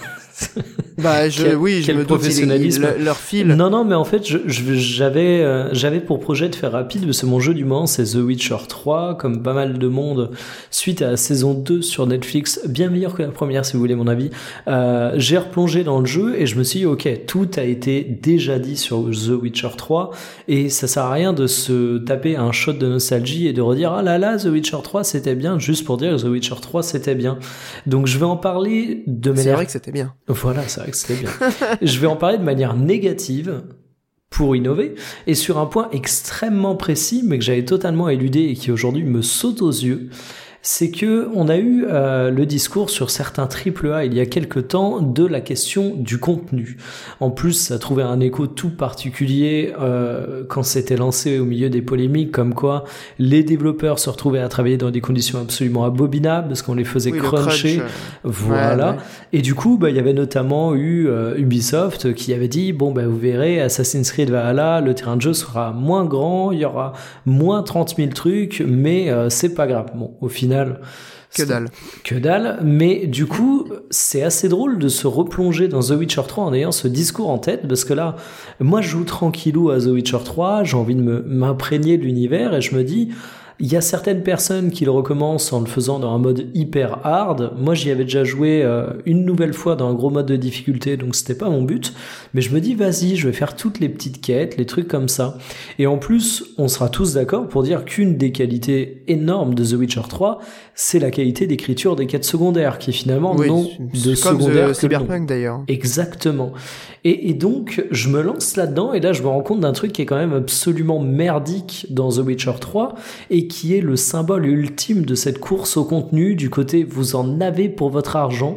Je me doute, leur fil. Non, mais en fait, j'avais pour projet de faire rapide parce que mon jeu du moment, c'est The Witcher 3, comme pas mal de monde, suite à la saison 2 sur Netflix, bien meilleure que la première, si vous voulez mon avis. J'ai replongé dans le jeu et je me suis dit, ok, tout a été déjà dit sur The Witcher 3 et ça sert à rien de se taper un shot de nostalgie et de redire, ah là, The Witcher 3, c'était bien, juste pour dire que The Witcher 3, c'était bien. Donc, je vais en parler de manière... C'est vrai que c'était bien. Voilà, c'est vrai que c'était bien. Je vais en parler de manière négative pour innover, et sur un point extrêmement précis, mais que j'avais totalement éludé et qui aujourd'hui me saute aux yeux, c'est que on a eu le discours sur certains AAA il y a quelque temps de la question du contenu. En plus, ça trouvait un écho tout particulier quand c'était lancé au milieu des polémiques, comme quoi les développeurs se retrouvaient à travailler dans des conditions absolument abominables parce qu'on les faisait cruncher. Voilà. Ouais. Et du coup, il y avait notamment eu Ubisoft qui avait dit vous verrez, Assassin's Creed Valhalla, le terrain de jeu sera moins grand, il y aura moins 30 000 trucs, mais c'est pas grave. Bon, au final, que dalle, mais du coup c'est assez drôle de se replonger dans The Witcher 3 en ayant ce discours en tête, parce que là moi je joue tranquillou à The Witcher 3, j'ai envie de m'imprégner de l'univers et je me dis il y a certaines personnes qui le recommencent en le faisant dans un mode hyper hard. Moi, j'y avais déjà joué une nouvelle fois dans un gros mode de difficulté, donc c'était pas mon but. Mais je me dis, vas-y, je vais faire toutes les petites quêtes, les trucs comme ça. Et en plus, on sera tous d'accord pour dire qu'une des qualités énormes de The Witcher 3, c'est la qualité d'écriture des quêtes secondaires, qui finalement n'ont de secondaire que Cyberpunk d'ailleurs. Exactement. Et donc, je me lance là-dedans, et là, je me rends compte d'un truc qui est quand même absolument merdique dans The Witcher 3, et qui est le symbole ultime de cette course au contenu, du côté vous en avez pour votre argent.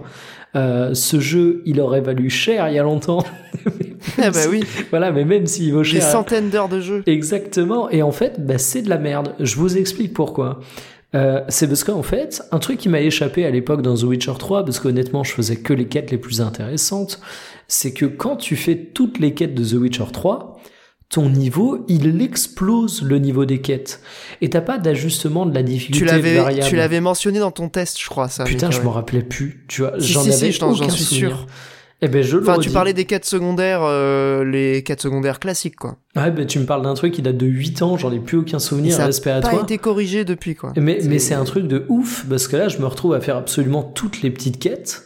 Ce jeu, il aurait valu cher il y a longtemps. Oui. Voilà, mais même s'il vaut cher. Des centaines d'heures de jeu. Exactement. Et en fait, c'est de la merde. Je vous explique pourquoi. C'est parce qu'en fait, un truc qui m'a échappé à l'époque dans The Witcher 3, parce qu'honnêtement, je faisais que les quêtes les plus intéressantes, c'est que quand tu fais toutes les quêtes de The Witcher 3, ton niveau, il explose le niveau des quêtes. Et t'as pas d'ajustement de la difficulté variable. Tu l'avais mentionné dans ton test, je crois, ça. Putain, je m'en rappelais plus. Tu vois, j'en suis sûr. Eh ben, je le redis. Tu parlais des quêtes secondaires, les quêtes secondaires classiques, quoi. Ouais, tu me parles d'un truc qui date de 8 ans, j'en ai plus aucun souvenir, respect à toi. Ça n'a pas été corrigé depuis, quoi. Mais c'est un truc de ouf, parce que là, je me retrouve à faire absolument toutes les petites quêtes.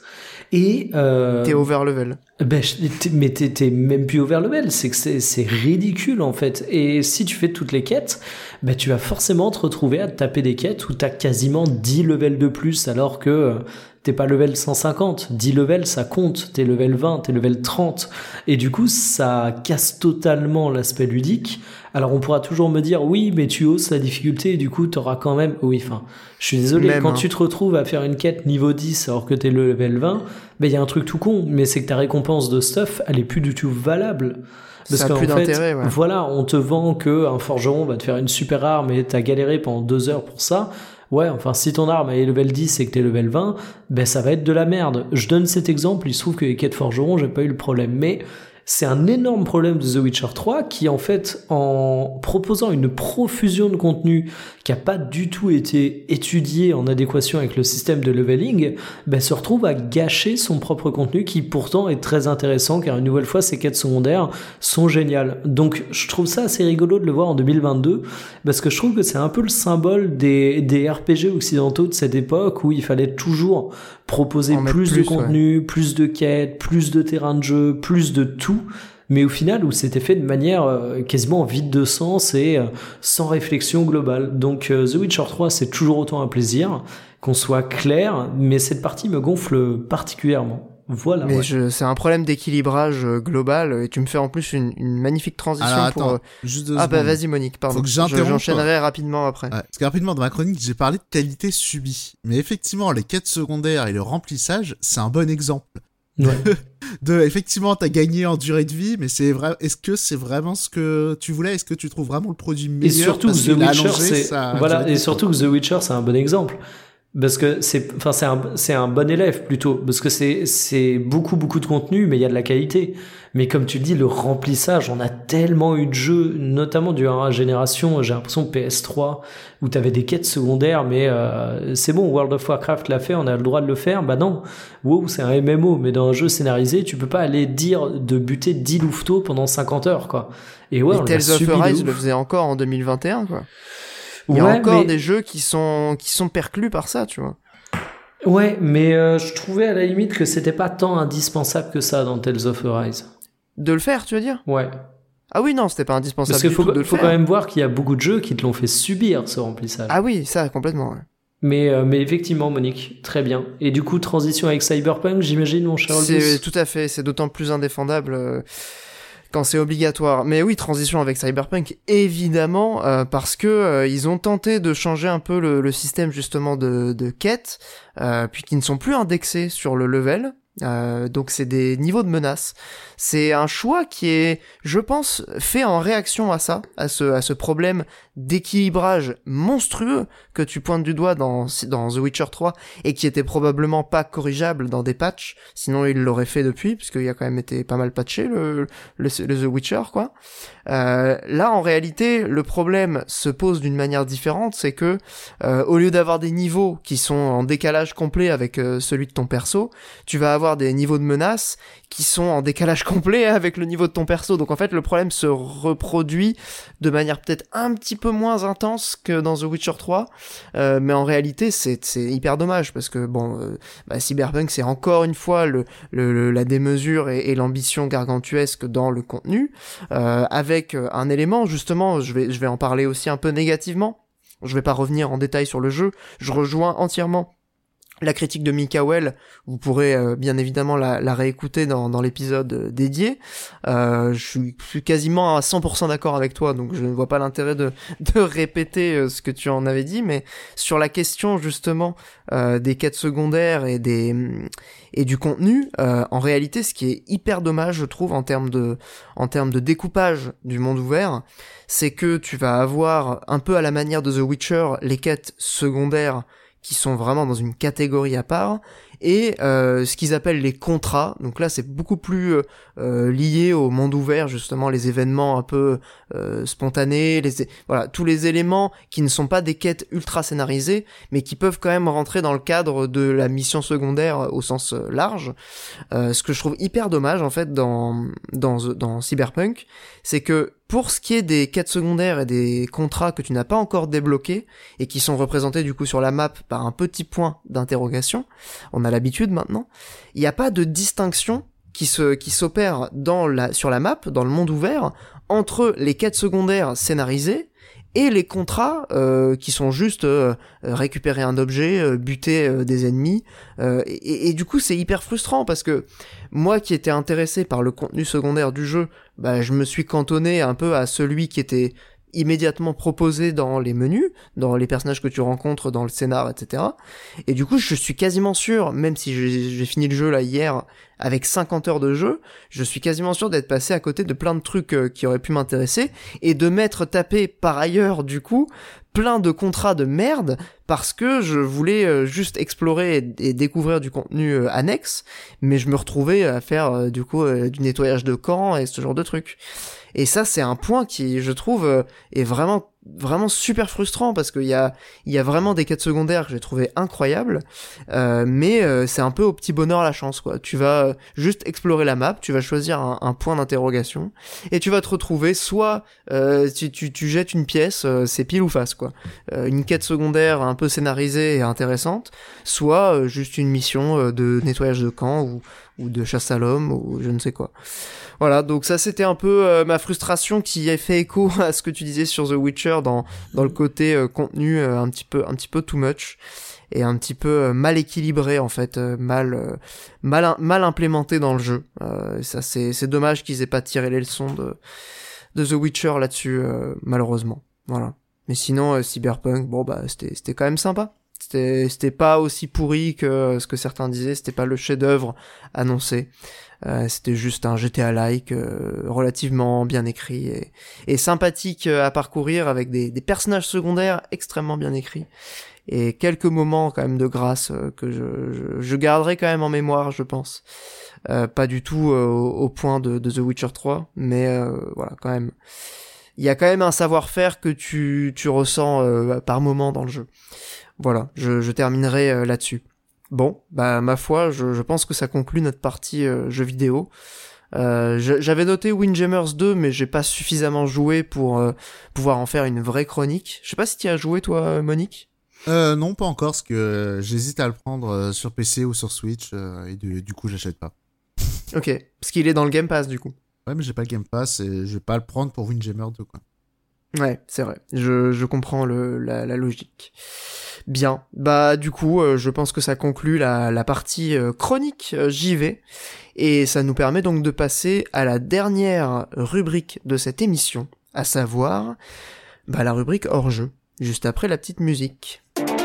Et t'es overlevel. Mais t'es même plus overlevel, c'est que c'est ridicule en fait. Et si tu fais toutes les quêtes, tu vas forcément te retrouver à te taper des quêtes où t'as quasiment 10 levels de plus, alors que t'es pas level 150. 10 levels, ça compte. T'es level 20, t'es level 30. Et du coup, ça casse totalement l'aspect ludique. Alors on pourra toujours me dire, oui, mais tu hausses la difficulté et du coup, t'auras quand même... Oui, enfin, je suis désolé, quand tu te retrouves à faire une quête niveau 10 alors que t'es le level 20, il y a un truc tout con, mais c'est que ta récompense de stuff, elle est plus du tout valable. Parce ça a plus d'intérêt, ouais. Voilà, on te vend qu'un forgeron va te faire une super arme et t'as galéré pendant 2 heures pour ça. Ouais, enfin, si ton arme est level 10 et que t'es level 20, ça va être de la merde. Je donne cet exemple, il se trouve que les quêtes forgerons, j'ai pas eu le problème, mais... C'est un énorme problème de The Witcher 3 qui, en fait, en proposant une profusion de contenu qui a pas du tout été étudié en adéquation avec le système de leveling, se retrouve à gâcher son propre contenu qui, pourtant, est très intéressant car, une nouvelle fois, ces quêtes secondaires sont géniales. Donc, je trouve ça assez rigolo de le voir en 2022 parce que je trouve que c'est un peu le symbole des RPG occidentaux de cette époque où il fallait toujours proposer plus de contenu, plus de quêtes, plus de terrain de jeu, plus de tout, mais au final où c'était fait de manière quasiment vide de sens et sans réflexion globale. Donc The Witcher 3 c'est toujours autant un plaisir, qu'on soit clair, mais cette partie me gonfle particulièrement. Voilà. Mais c'est un problème d'équilibrage global et tu me fais en plus une magnifique transition. Alors, attends, juste 2 secondes. Vas-y Monique, pardon. Faut que j'enchaînerai rapidement après. Ouais, parce que rapidement dans ma chronique j'ai parlé de qualité subie, mais effectivement les quêtes secondaires et le remplissage c'est un bon exemple. Ouais. Effectivement t'as gagné en durée de vie, mais c'est vrai. Est-ce que c'est vraiment ce que tu voulais? Est-ce que tu trouves vraiment le produit meilleur? Et surtout que The Witcher que The Witcher c'est un bon exemple. Parce que c'est un bon élève plutôt, parce que c'est beaucoup de contenu, mais il y a de la qualité. Mais comme tu le dis, le remplissage, on a tellement eu de jeux, notamment durant la génération, j'ai l'impression PS3, où t'avais des quêtes secondaires, mais c'est bon, World of Warcraft l'a fait, on a le droit de le faire. Bah non, wow, c'est un MMO, mais dans un jeu scénarisé, tu peux pas aller dire de buter 10 louveteaux pendant 50 heures, quoi. Et ouais, Tales of Arise le faisait encore en 2021, quoi. Il y a encore des jeux qui sont perclus par ça, tu vois. Ouais, mais je trouvais à la limite que c'était pas tant indispensable que ça dans Tales of Arise. De le faire, tu veux dire ? Ouais. Ah oui, non, c'était pas indispensable Parce qu'il faut de le faire. quand même voir qu'il y a beaucoup de jeux qui te l'ont fait subir, ce remplissage. Ah oui, ça, complètement, ouais. Mais effectivement, Monique, très bien. Et du coup, transition avec Cyberpunk, j'imagine, mon cher Olbus ? Tout à fait, c'est d'autant plus indéfendable... Quand c'est obligatoire. Mais oui, transition avec Cyberpunk, évidemment, parce que ils ont tenté de changer un peu le système justement de quêtes, puis qui ne sont plus indexés sur le level. Donc c'est des niveaux de menace. C'est un choix qui est, je pense, fait en réaction à ça, à ce problème d'équilibrage monstrueux que tu pointes du doigt dans The Witcher 3 et qui était probablement pas corrigeable dans des patchs, sinon il l'aurait fait depuis, puisqu'il a quand même été pas mal patché le The Witcher, quoi. Là, en réalité, le problème se pose d'une manière différente, c'est que au lieu d'avoir des niveaux qui sont en décalage complet avec celui de ton perso, tu vas avoir des niveaux de menace qui sont en décalage complet avec le niveau de ton perso. Donc en fait, le problème se reproduit de manière peut-être un petit peu moins intense que dans The Witcher 3, mais en réalité, c'est hyper dommage parce que Cyberpunk, c'est encore une fois la démesure et l'ambition gargantuesque dans le contenu, avec un élément, justement, je vais en parler aussi un peu négativement. Je vais pas revenir en détail sur le jeu. Je rejoins entièrement la critique de Mikael, vous pourrez bien évidemment la réécouter dans l'épisode dédié. Je suis quasiment à 100% d'accord avec toi, donc je ne vois pas l'intérêt de répéter ce que tu en avais dit, mais sur la question justement des quêtes secondaires et du contenu, en réalité, ce qui est hyper dommage, je trouve, en termes de découpage du monde ouvert, c'est que tu vas avoir, un peu à la manière de The Witcher, les quêtes secondaires qui sont vraiment dans une catégorie à part, et ce qu'ils appellent les contrats. Donc là, c'est beaucoup plus lié au monde ouvert, justement, les événements un peu spontanés, voilà, tous les éléments qui ne sont pas des quêtes ultra scénarisées, mais qui peuvent quand même rentrer dans le cadre de la mission secondaire au sens large. Ce que je trouve hyper dommage, en fait, dans Cyberpunk, c'est que pour ce qui est des quêtes secondaires et des contrats que tu n'as pas encore débloqués et qui sont représentés du coup sur la map par un petit point d'interrogation, on a l'habitude maintenant, il n'y a pas de distinction qui s'opère sur la map, dans le monde ouvert, entre les quêtes secondaires scénarisées et les contrats qui sont juste récupérer un objet, buter des ennemis, et du coup c'est hyper frustrant parce que moi qui étais intéressé par le contenu secondaire du jeu, je me suis cantonné un peu à celui qui était immédiatement proposé dans les menus, dans les personnages que tu rencontres dans le scénar, etc. Et du coup, je suis quasiment sûr, même si j'ai fini le jeu là hier avec 50 heures de jeu, je suis quasiment sûr d'être passé à côté de plein de trucs qui auraient pu m'intéresser et de m'être tapé par ailleurs, du coup, plein de contrats de merde parce que je voulais juste explorer et découvrir du contenu annexe, mais je me retrouvais à faire du du nettoyage de camp et ce genre de trucs. Et ça, c'est un point qui, je trouve, est vraiment super frustrant parce qu'il y a vraiment des quêtes secondaires que j'ai trouvé incroyables, mais c'est un peu au petit bonheur la chance, quoi. Tu vas juste explorer la map, tu vas choisir un point d'interrogation et tu vas te retrouver soit tu jettes une pièce, c'est pile ou face, quoi. Une quête secondaire un peu scénarisée et intéressante, soit juste une mission de nettoyage de camp ou de chasse à l'homme ou je ne sais quoi. Voilà, donc ça c'était un peu ma frustration qui a fait écho à ce que tu disais sur The Witcher dans le côté contenu un petit peu too much et un petit peu mal équilibré en fait, mal implémenté dans le jeu. Ça c'est dommage qu'ils aient pas tiré les leçons de The Witcher là-dessus, malheureusement. Voilà. Mais sinon Cyberpunk, c'était quand même sympa. C'était pas aussi pourri que ce que certains disaient, c'était pas le chef-d'œuvre annoncé. C'était juste un GTA-like relativement bien écrit et sympathique à parcourir avec des personnages secondaires extrêmement bien écrits et quelques moments quand même de grâce que je garderai quand même en mémoire, je pense. Pas du tout au point de The Witcher 3, mais voilà, quand même. Il y a quand même un savoir-faire que tu ressens par moment dans le jeu. Voilà, je terminerai là-dessus. Bon, ma foi, je pense que ça conclut notre partie jeux vidéo. J'avais noté Windjammers 2, mais j'ai pas suffisamment joué pour pouvoir en faire une vraie chronique. Je sais pas si tu as joué, toi, Monique ? Non, pas encore, parce que j'hésite à le prendre sur PC ou sur Switch, et du coup, j'achète pas. Ok, parce qu'il est dans le Game Pass, du coup. Ouais, mais j'ai pas le Game Pass, et je vais pas le prendre pour Windjammer 2, quoi. Ouais, c'est vrai. Je comprends la logique. Bien, bah du coup, je pense que ça conclut la partie chronique JV, et ça nous permet donc de passer à la dernière rubrique de cette émission, à savoir la rubrique hors-jeu, juste après la petite musique.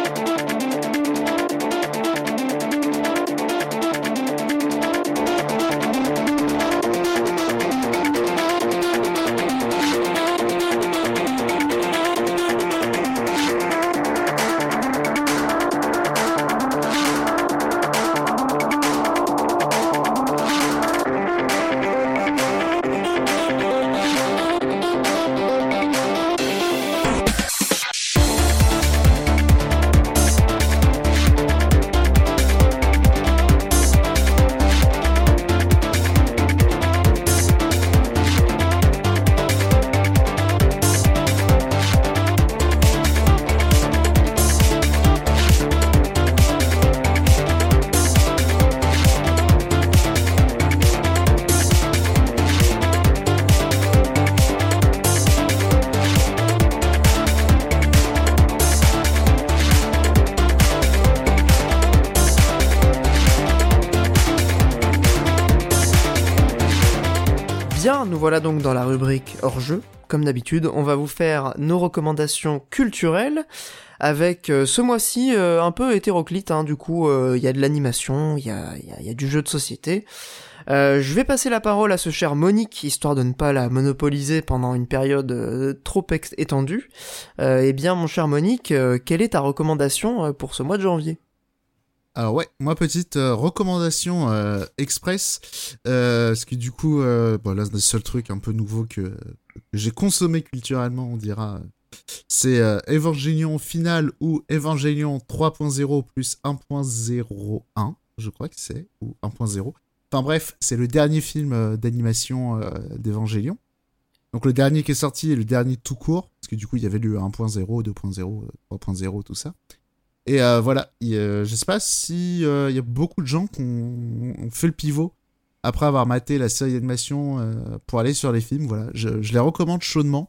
Bien, nous voilà donc dans la rubrique hors-jeu. Comme d'habitude, on va vous faire nos recommandations culturelles, avec ce mois-ci un peu hétéroclite, hein, du coup il y a de l'animation, il y a du jeu de société. Je vais passer la parole à ce cher Monique, histoire de ne pas la monopoliser pendant une période trop étendue. Eh bien mon cher Monique, quelle est ta recommandation pour ce mois de janvier ? Alors ouais, moi petite recommandation express, parce que du coup, là c'est le seul truc un peu nouveau que j'ai consommé culturellement, on dira, c'est Evangelion Final ou Evangelion 3.0 plus 1.01, je crois que c'est, ou 1.0. Enfin bref, c'est le dernier film d'animation d'Evangelion. Donc le dernier qui est sorti et le dernier tout court, parce que du coup il y avait le 1.0, 2.0, 3.0, tout ça. Et voilà, je sais pas si y a beaucoup de gens qui ont fait le pivot après avoir maté la série d'animation pour aller sur les films. Voilà, je les recommande chaudement.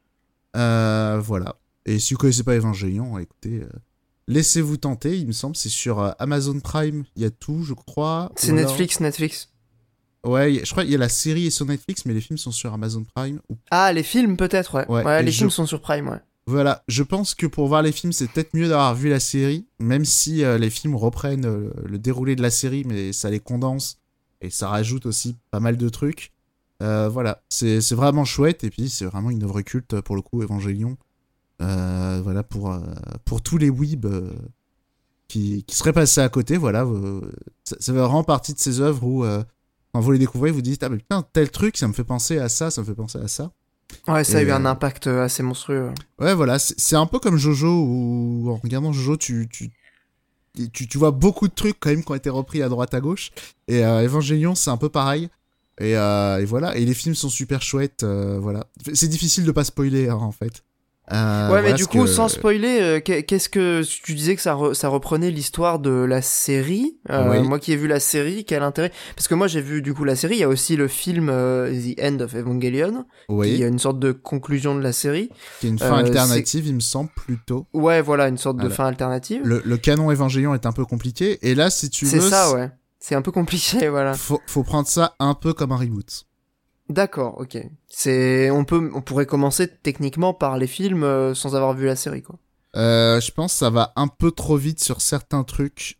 Voilà. Et si vous connaissez pas Evangelion, écoutez, laissez-vous tenter. Il me semble c'est sur Amazon Prime. Il y a tout, je crois. C'est Netflix. Ouais, je crois qu'il y a la série sur Netflix, mais les films sont sur Amazon Prime. Ah, les films peut-être, ouais. Ouais, les films sont sur Prime, ouais. Voilà, je pense que pour voir les films, c'est peut-être mieux d'avoir vu la série, même si les films reprennent le déroulé de la série, mais ça les condense et ça rajoute aussi pas mal de trucs. Voilà, c'est vraiment chouette, et puis c'est vraiment une œuvre culte pour le coup, Evangelion. Voilà, pour tous les weebs qui seraient passés à côté, voilà, ça fait vraiment partie de ces œuvres où quand vous les découvrez, vous dites « Ah mais putain, tel truc, ça me fait penser à ça, ça me fait penser à ça ». Ouais, ça a eu un impact assez monstrueux. Ouais, voilà, c'est un peu comme Jojo, où en regardant Jojo, tu vois beaucoup de trucs quand même qui ont été repris à droite à gauche. Et Evangelion, c'est un peu pareil. Et voilà, et les films sont super chouettes. Voilà, c'est difficile de pas spoiler en fait. Ouais, voilà, mais du coup, sans spoiler, qu'est-ce que tu disais que ça reprenait l'histoire de la série. Oui. Moi qui ai vu la série, quel intérêt? Parce que moi j'ai vu du coup la série. Il y a aussi le film The End of Evangelion, Oui. qui a une sorte de conclusion de la série. Qui est une fin alternative, il me semble plutôt. Ouais, voilà, une sorte de fin alternative. Le canon Evangelion est un peu compliqué, et là, si tu veux, c'est ça, ouais. C'est un peu compliqué, voilà. Faut prendre ça un peu comme un reboot. D'accord, ok. On pourrait commencer techniquement par les films sans avoir vu la série, quoi. Je pense que ça va un peu trop vite sur certains trucs.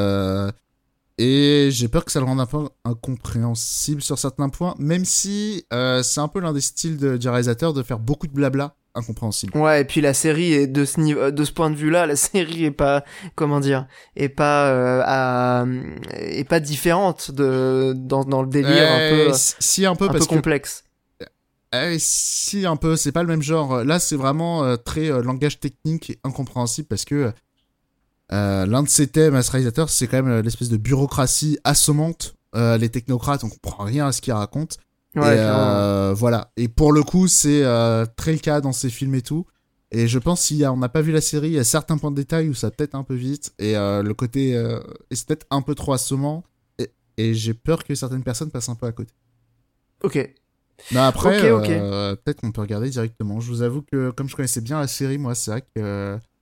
Et j'ai peur que ça le rende un peu incompréhensible sur certains points, même si c'est un peu l'un des styles du réalisateur de faire beaucoup de blabla incompréhensible. Ouais, et puis la série est de ce point de vue-là, la série est pas, comment dire, est pas différente dans le délire un peu complexe. Si, un peu, c'est pas le même genre. Là, c'est vraiment très langage technique et incompréhensible, parce que l'un de ses thèmes à ce réalisateur, c'est quand même l'espèce de bureaucratie assommante. Les technocrates, on comprend rien à ce qu'ils racontent. Ouais, et voilà. Et pour le coup, c'est très le cas dans ces films et tout. Et je pense on n'a pas vu la série, il y a certains points de détail où ça peut-être un peu vite. Et le côté, c'est peut-être un peu trop assommant. Et j'ai peur que certaines personnes passent un peu à côté. Ok. Mais après, okay. Peut-être qu'on peut regarder directement. Je vous avoue que comme je connaissais bien la série, moi, c'est vrai que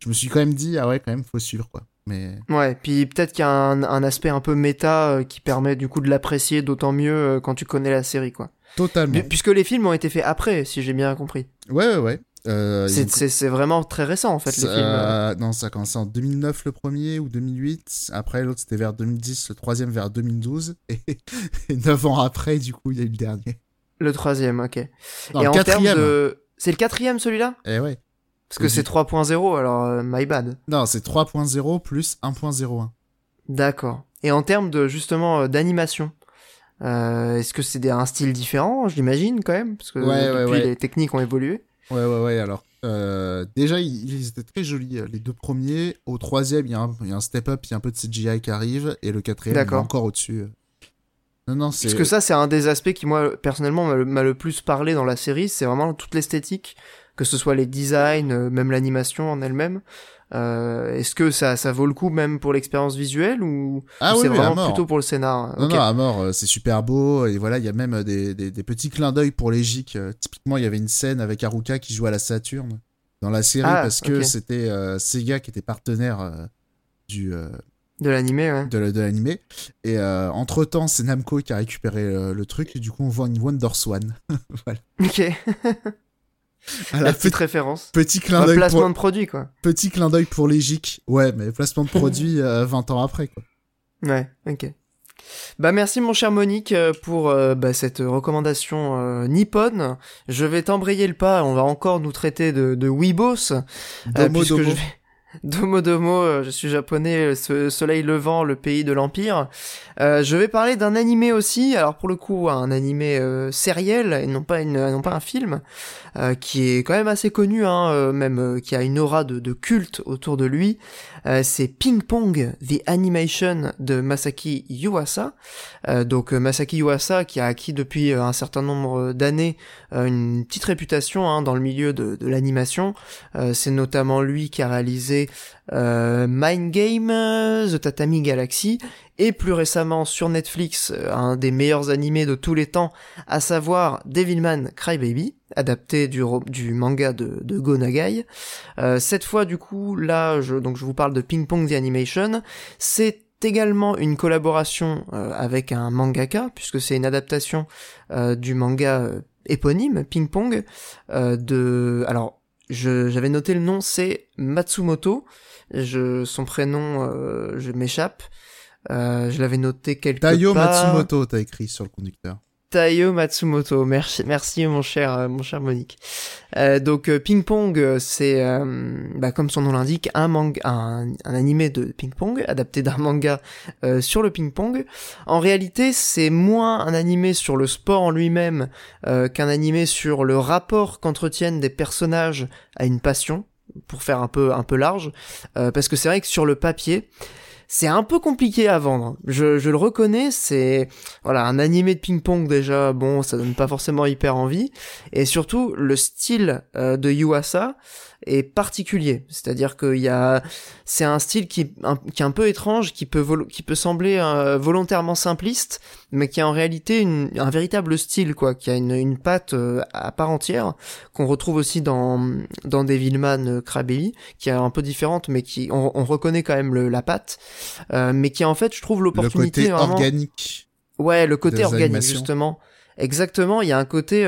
je me suis quand même dit, ah ouais, quand même, faut suivre, quoi. Mais... Ouais, puis peut-être qu'il y a un aspect un peu méta qui permet du coup de l'apprécier d'autant mieux quand tu connais la série, quoi. Totalement. Puisque les films ont été faits après, si j'ai bien compris. Ouais. C'est vraiment très récent, en fait, les films. Non, ça a commencé en 2009 le premier, ou 2008. Après, l'autre, c'était vers 2010, le troisième vers 2012. Et 9 ans après, du coup, il y a eu le dernier. Le troisième, ok. Non, et le en quatrième. termes de... C'est le quatrième, celui-là ? Eh ouais. Parce que c'est 3.0, alors my bad. Non, c'est 3.0 plus 1.01. D'accord. Et en termes de, justement, d'animation, est-ce que c'est un style différent, je l'imagine, quand même ? Parce que depuis, les techniques ont évolué. Ouais. Alors, déjà, ils étaient très jolis, les deux premiers. Au troisième, il y a un step-up, il y a un peu de CGI qui arrive. Et le quatrième, il est encore au-dessus. Non, c'est... Parce que ça, c'est un des aspects qui, moi, personnellement, m'a le plus parlé dans la série. C'est vraiment toute l'esthétique, que ce soit les designs, même l'animation en elle-même. Est-ce que ça vaut le coup même pour l'expérience visuelle ou c'est vraiment plutôt pour le scénar? Non, à mort, c'est super beau. Et voilà, il y a même des petits clins d'œil pour les geeks. Typiquement, il y avait une scène avec Haruka qui jouait à la Saturne dans la série parce que c'était Sega qui était partenaire de l'animé, ouais. De l'animé. Et entre-temps, c'est Namco qui a récupéré le truc. Et du coup, on voit une WonderSwan. Voilà. Ok. La petite référence. Petit clin d'œil. Placement de produit, quoi. Petit clin d'œil pour les geeks. Ouais, mais placement de produit 20 ans après, quoi. Ouais, ok. Bah merci mon cher Monique pour cette recommandation nippone. Je vais t'embrayer le pas, on va encore nous traiter de Weebos. Domo. Domo, je suis japonais, ce soleil levant, le pays de l'Empire. Je vais parler d'un animé aussi, alors pour le coup un animé sériel et non pas un film, qui est quand même assez connu, même qui a une aura de culte autour de lui. C'est Ping Pong The Animation de Masaki Yuasa. Donc Masaki Yuasa qui a acquis depuis un certain nombre d'années une petite réputation dans le milieu de l'animation. C'est notamment lui qui a réalisé Mind Game, The Tatami Galaxy, et plus récemment sur Netflix, un des meilleurs animés de tous les temps, à savoir Devilman Crybaby, adapté du manga de Go Nagai. Cette fois, du coup, là, je vous parle de Ping Pong The Animation. C'est également une collaboration avec un mangaka, puisque c'est une adaptation du manga éponyme, Ping Pong, alors, j'avais noté le nom, c'est Matsumoto. Son prénom, je m'échappe. Je l'avais noté quelque part. Taiyo Matsumoto, t'as écrit sur le conducteur. Taiyo Matsumoto, merci mon cher Monique. Donc Ping Pong, c'est comme son nom l'indique, un animé de ping pong adapté d'un manga sur le ping pong. En réalité, c'est moins un animé sur le sport en lui-même qu'un animé sur le rapport qu'entretiennent des personnages à une passion, pour faire un peu large, parce que c'est vrai que sur le papier, c'est un peu compliqué à vendre. Je le reconnais, c'est un animé de ping-pong déjà, bon, ça donne pas forcément hyper envie, et surtout le style de Yuasa est particulier, c'est-à-dire que c'est un style qui est un peu étrange, qui peut sembler volontairement simpliste, mais qui a en réalité un véritable style, quoi, qui a une patte à part entière, qu'on retrouve aussi dans Devilman Crybaby, qui est un peu différente, mais qui on reconnaît quand même la patte, mais qui en fait, je trouve l'opportunité le côté vraiment organique. Ouais, le côté organique justement. Exactement, il y a un côté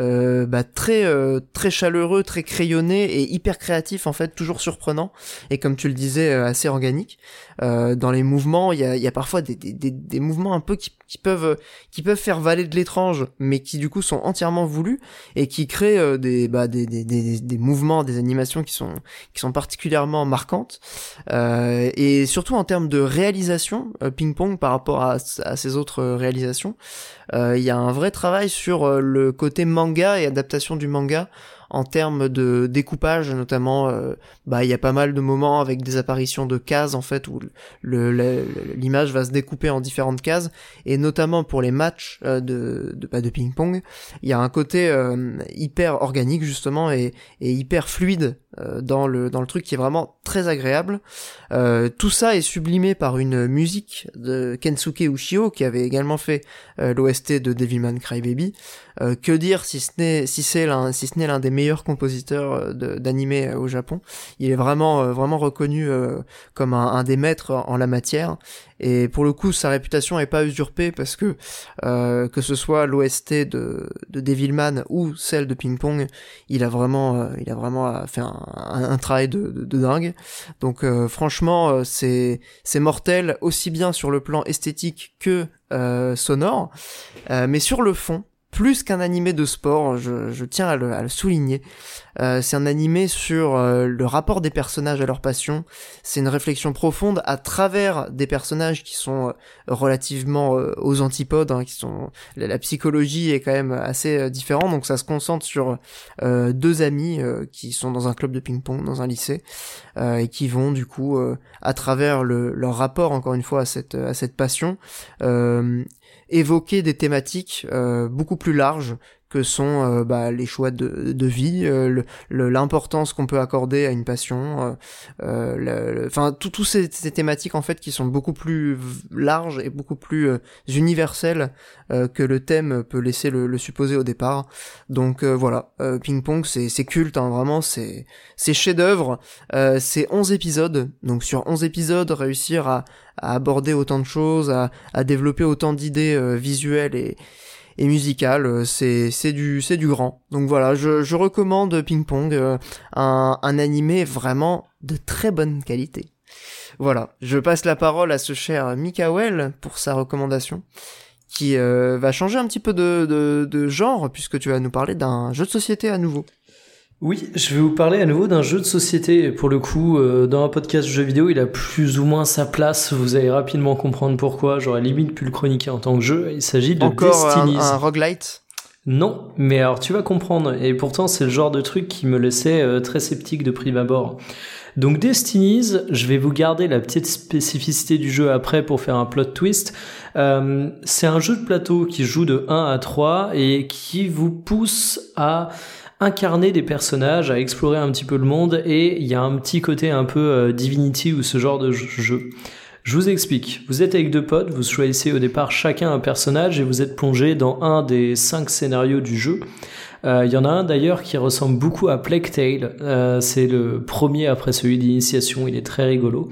très chaleureux, très crayonné et hyper créatif en fait, toujours surprenant et comme tu le disais assez organique. Dans les mouvements, il y a parfois des mouvements un peu qui peuvent faire valer de l'étrange, mais qui du coup sont entièrement voulus et qui créent des mouvements, des animations qui sont particulièrement marquantes. Et surtout en termes de réalisation, Ping Pong par rapport à ses autres réalisations, il y a un vrai travail sur le côté manga et adaptation du manga en termes de découpage notamment. Il y a pas mal de moments avec des apparitions de cases en fait où l'image va se découper en différentes cases, et notamment pour les matchs de ping-pong, il y a un côté hyper organique justement et hyper fluide dans le truc qui est vraiment très agréable. Tout ça est sublimé par une musique de Kensuke Ushio qui avait également fait l'OST de Devilman Crybaby. Que dire si ce n'est l'un des meilleurs compositeurs d'animé au Japon. Il est vraiment reconnu comme un des maîtres en la matière. Et pour le coup, sa réputation est pas usurpée parce que ce soit l'OST de Devilman ou celle de Ping Pong, il a vraiment fait un travail de dingue. Donc franchement, c'est mortel aussi bien sur le plan esthétique que sonore, mais sur le fond, plus qu'un animé de sport, je tiens à le souligner. C'est un animé sur le rapport des personnages à leur passion. C'est une réflexion profonde à travers des personnages qui sont relativement aux antipodes, qui sont la psychologie est quand même assez différente. Donc ça se concentre sur deux amis qui sont dans un club de ping-pong dans un lycée et qui vont du coup à travers leur rapport encore une fois à cette passion évoquer des thématiques beaucoup plus larges que sont les choix de vie, l'importance qu'on peut accorder à une passion, toutes ces thématiques en fait qui sont beaucoup plus larges et beaucoup plus universelles que le thème peut laisser le supposer au départ. Donc voilà, Ping Pong c'est culte, vraiment c'est chef-d'œuvre. C'est 11 épisodes, donc sur 11 épisodes réussir à aborder autant de choses, à développer autant d'idées visuelles et musicales, c'est du grand. Donc voilà, je recommande Ping Pong, un animé vraiment de très bonne qualité. Voilà, je passe la parole à ce cher Mikael pour sa recommandation, qui va changer un petit peu de genre, puisque tu vas nous parler d'un jeu de société à nouveau. Oui, je vais vous parler à nouveau d'un jeu de société. Pour le coup, dans un podcast jeu vidéo, il a plus ou moins sa place. Vous allez rapidement comprendre pourquoi. J'aurais limite pu le chroniquer en tant que jeu. Il s'agit de Destinies. Encore un roguelite ? Non, mais alors tu vas comprendre. Et pourtant, c'est le genre de truc qui me laissait très sceptique de prime abord. Donc Destinies, je vais vous garder la petite spécificité du jeu après pour faire un plot twist. C'est un jeu de plateau qui joue de 1 à 3 et qui vous pousse à incarner des personnages, à explorer un petit peu le monde, et il y a un petit côté un peu Divinity ou ce genre de jeu. Je vous explique. Vous êtes avec deux potes, vous choisissez au départ chacun un personnage et vous êtes plongé dans un des 5 scénarios du jeu. Il y en a un d'ailleurs qui ressemble beaucoup à Plague Tale. C'est le premier après celui d'initiation, il est très rigolo.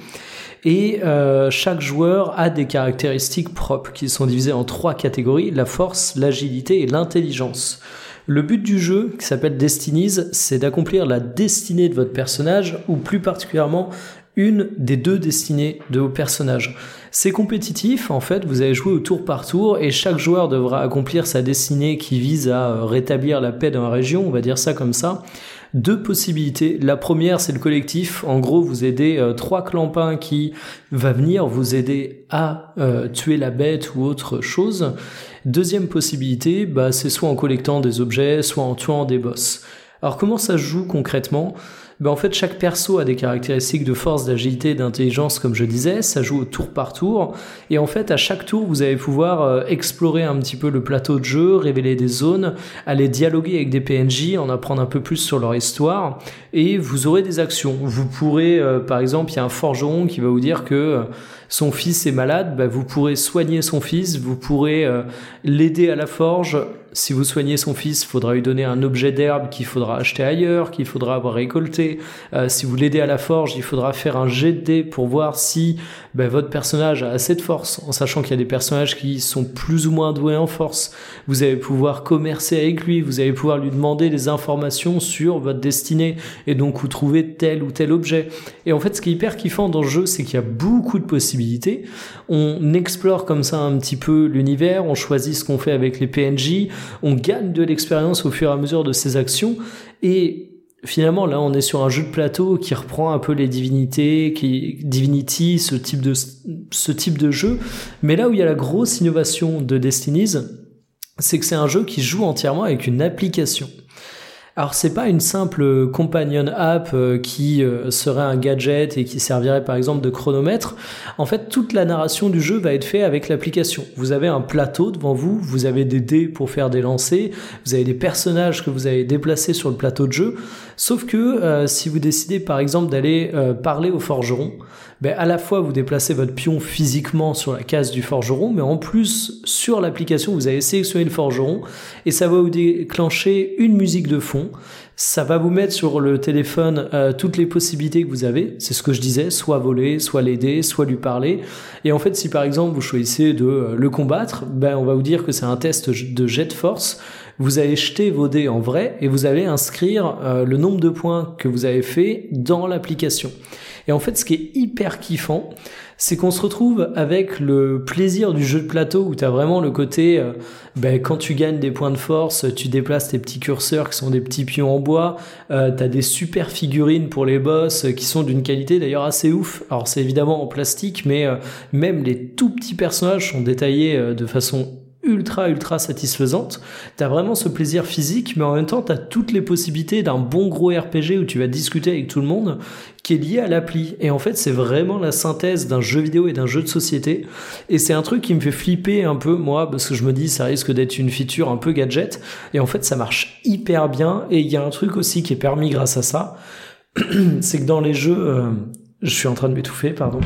Et chaque joueur a des caractéristiques propres qui sont divisées en 3 catégories, la force, l'agilité et l'intelligence. Le but du jeu, qui s'appelle Destinies, c'est d'accomplir la destinée de votre personnage, ou plus particulièrement une des 2 destinées de vos personnages. C'est compétitif, en fait, vous allez jouer au tour par tour, et chaque joueur devra accomplir sa destinée qui vise à rétablir la paix dans la région, on va dire ça comme ça. 2 possibilités. La première, c'est le collectif. En gros, vous aidez 3 clampins qui va venir vous aider à tuer la bête ou autre chose. Deuxième possibilité, c'est soit en collectant des objets, soit en tuant des boss. Alors comment ça se joue concrètement ? En fait, chaque perso a des caractéristiques de force, d'agilité et d'intelligence, comme je disais. Ça joue au tour par tour. Et en fait, à chaque tour, vous allez pouvoir explorer un petit peu le plateau de jeu, révéler des zones, aller dialoguer avec des PNJ, en apprendre un peu plus sur leur histoire. Et vous aurez des actions. Vous pourrez, par exemple, il y a un forgeron qui va vous dire que son fils est malade. Vous pourrez soigner son fils, vous pourrez l'aider à la forge. Si vous soignez son fils, il faudra lui donner un objet d'herbe qu'il faudra acheter ailleurs, qu'il faudra avoir récolté. Si vous l'aidez à la forge, il faudra faire un jet de dés pour voir si votre personnage a assez de force, en sachant qu'il y a des personnages qui sont plus ou moins doués en force. Vous allez pouvoir commercer avec lui, vous allez pouvoir lui demander des informations sur votre destinée, et donc où trouver tel ou tel objet. Et en fait, ce qui est hyper kiffant dans le jeu, c'est qu'il y a beaucoup de possibilités. On explore comme ça un petit peu l'univers, on choisit ce qu'on fait avec les PNJ, on gagne de l'expérience au fur et à mesure de ses actions, et finalement là on est sur un jeu de plateau qui reprend un peu les Divinity, ce type de jeu, mais là où il y a la grosse innovation de Destinies, c'est que c'est un jeu qui joue entièrement avec une application. Alors c'est pas une simple companion app qui serait un gadget et qui servirait par exemple de chronomètre. En fait, toute la narration du jeu va être faite avec l'application. Vous avez un plateau devant vous, vous avez des dés pour faire des lancers, vous avez des personnages que vous avez déplacés sur le plateau de jeu. Sauf que si vous décidez par exemple d'aller parler au forgeron, à la fois vous déplacez votre pion physiquement sur la case du forgeron, mais en plus sur l'application vous avez sélectionné le forgeron et ça va vous déclencher une musique de fond. Ça va vous mettre sur le téléphone toutes les possibilités que vous avez. C'est ce que je disais, soit voler, soit l'aider, soit lui parler. Et en fait, si par exemple vous choisissez de le combattre, on va vous dire que c'est un test de jet de force. Vous allez jeter vos dés en vrai et vous allez inscrire le nombre de points que vous avez fait dans l'application. Et en fait, ce qui est hyper kiffant, c'est qu'on se retrouve avec le plaisir du jeu de plateau où tu as vraiment le côté, quand tu gagnes des points de force, tu déplaces tes petits curseurs qui sont des petits pions en bois, tu as des super figurines pour les boss qui sont d'une qualité d'ailleurs assez ouf. Alors c'est évidemment en plastique, mais même les tout petits personnages sont détaillés de façon ultra satisfaisante. T'as vraiment ce plaisir physique, mais en même temps t'as toutes les possibilités d'un bon gros RPG où tu vas discuter avec tout le monde qui est lié à l'appli. Et en fait c'est vraiment la synthèse d'un jeu vidéo et d'un jeu de société, et c'est un truc qui me fait flipper un peu moi, parce que je me dis ça risque d'être une feature un peu gadget, et en fait ça marche hyper bien. Et il y a un truc aussi qui est permis grâce à ça, c'est que dans les jeux je suis en train de m'étouffer, pardon.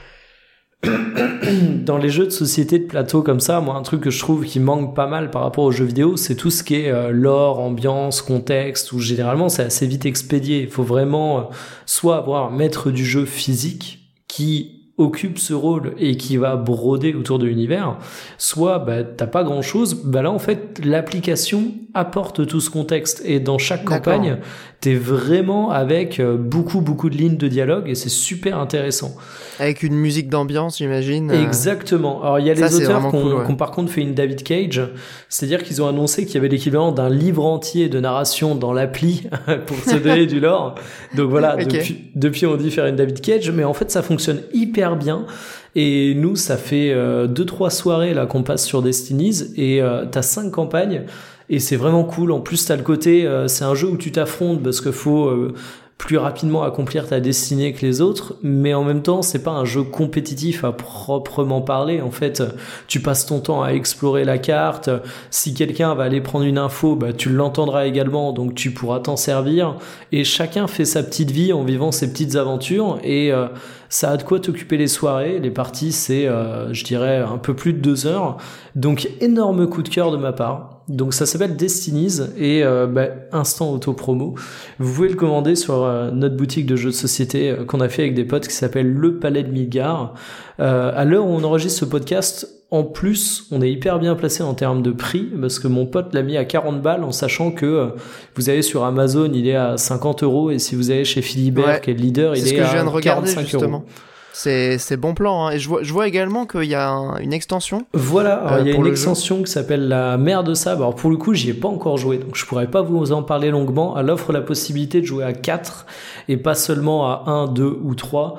Dans les jeux de société de plateau comme ça, moi un truc que je trouve qui manque pas mal par rapport aux jeux vidéo, c'est tout ce qui est lore, ambiance, contexte, où généralement c'est assez vite expédié. Il faut vraiment soit avoir un maître du jeu physique qui occupe ce rôle et qui va broder autour de l'univers, soit t'as pas grand chose. Là en fait l'application apporte tout ce contexte, et dans chaque campagne t'es vraiment avec beaucoup de lignes de dialogue, et c'est super intéressant. Avec une musique d'ambiance, j'imagine. Exactement. Alors il y a les auteurs qui ont par contre fait une David Cage, c'est-à-dire qu'ils ont annoncé qu'il y avait l'équivalent d'un livre entier de narration dans l'appli pour te donner du lore. Donc voilà, depuis on dit faire une David Cage, mais en fait ça fonctionne hyper bien. Et nous ça fait 2-3 soirées là qu'on passe sur Destinies, et t'as 5 campagnes. Et c'est vraiment cool. En plus, t'as le côté, c'est un jeu où tu t'affrontes parce qu'il faut plus rapidement accomplir ta destinée que les autres, mais en même temps, c'est pas un jeu compétitif à proprement parler. En fait, tu passes ton temps à explorer la carte. Si quelqu'un va aller prendre une info, tu l'entendras également, donc tu pourras t'en servir. Et chacun fait sa petite vie en vivant ses petites aventures, et ça a de quoi t'occuper les soirées. Les parties, c'est, je dirais, un peu plus de 2 heures. Donc, énorme coup de cœur de ma part. Donc ça s'appelle Destinies, et instant auto-promo. Vous pouvez le commander sur notre boutique de jeux de société qu'on a fait avec des potes, qui s'appelle Le Palais de Midgard. À l'heure où on enregistre ce podcast, en plus, on est hyper bien placé en termes de prix, parce que mon pote l'a mis à 40 balles, en sachant que vous allez sur Amazon, il est à 50 €, et si vous allez chez Philibert, qui est le leader, il est à 45 €. C'est bon plan, hein. Et je vois également qu'il y a une extension. Voilà, il y a une extension qui s'appelle la Mer de Sable. Alors pour le coup, j'y ai pas encore joué, donc je pourrais pas vous en parler longuement. Elle offre la possibilité de jouer à 4 et pas seulement à 1, 2 ou 3.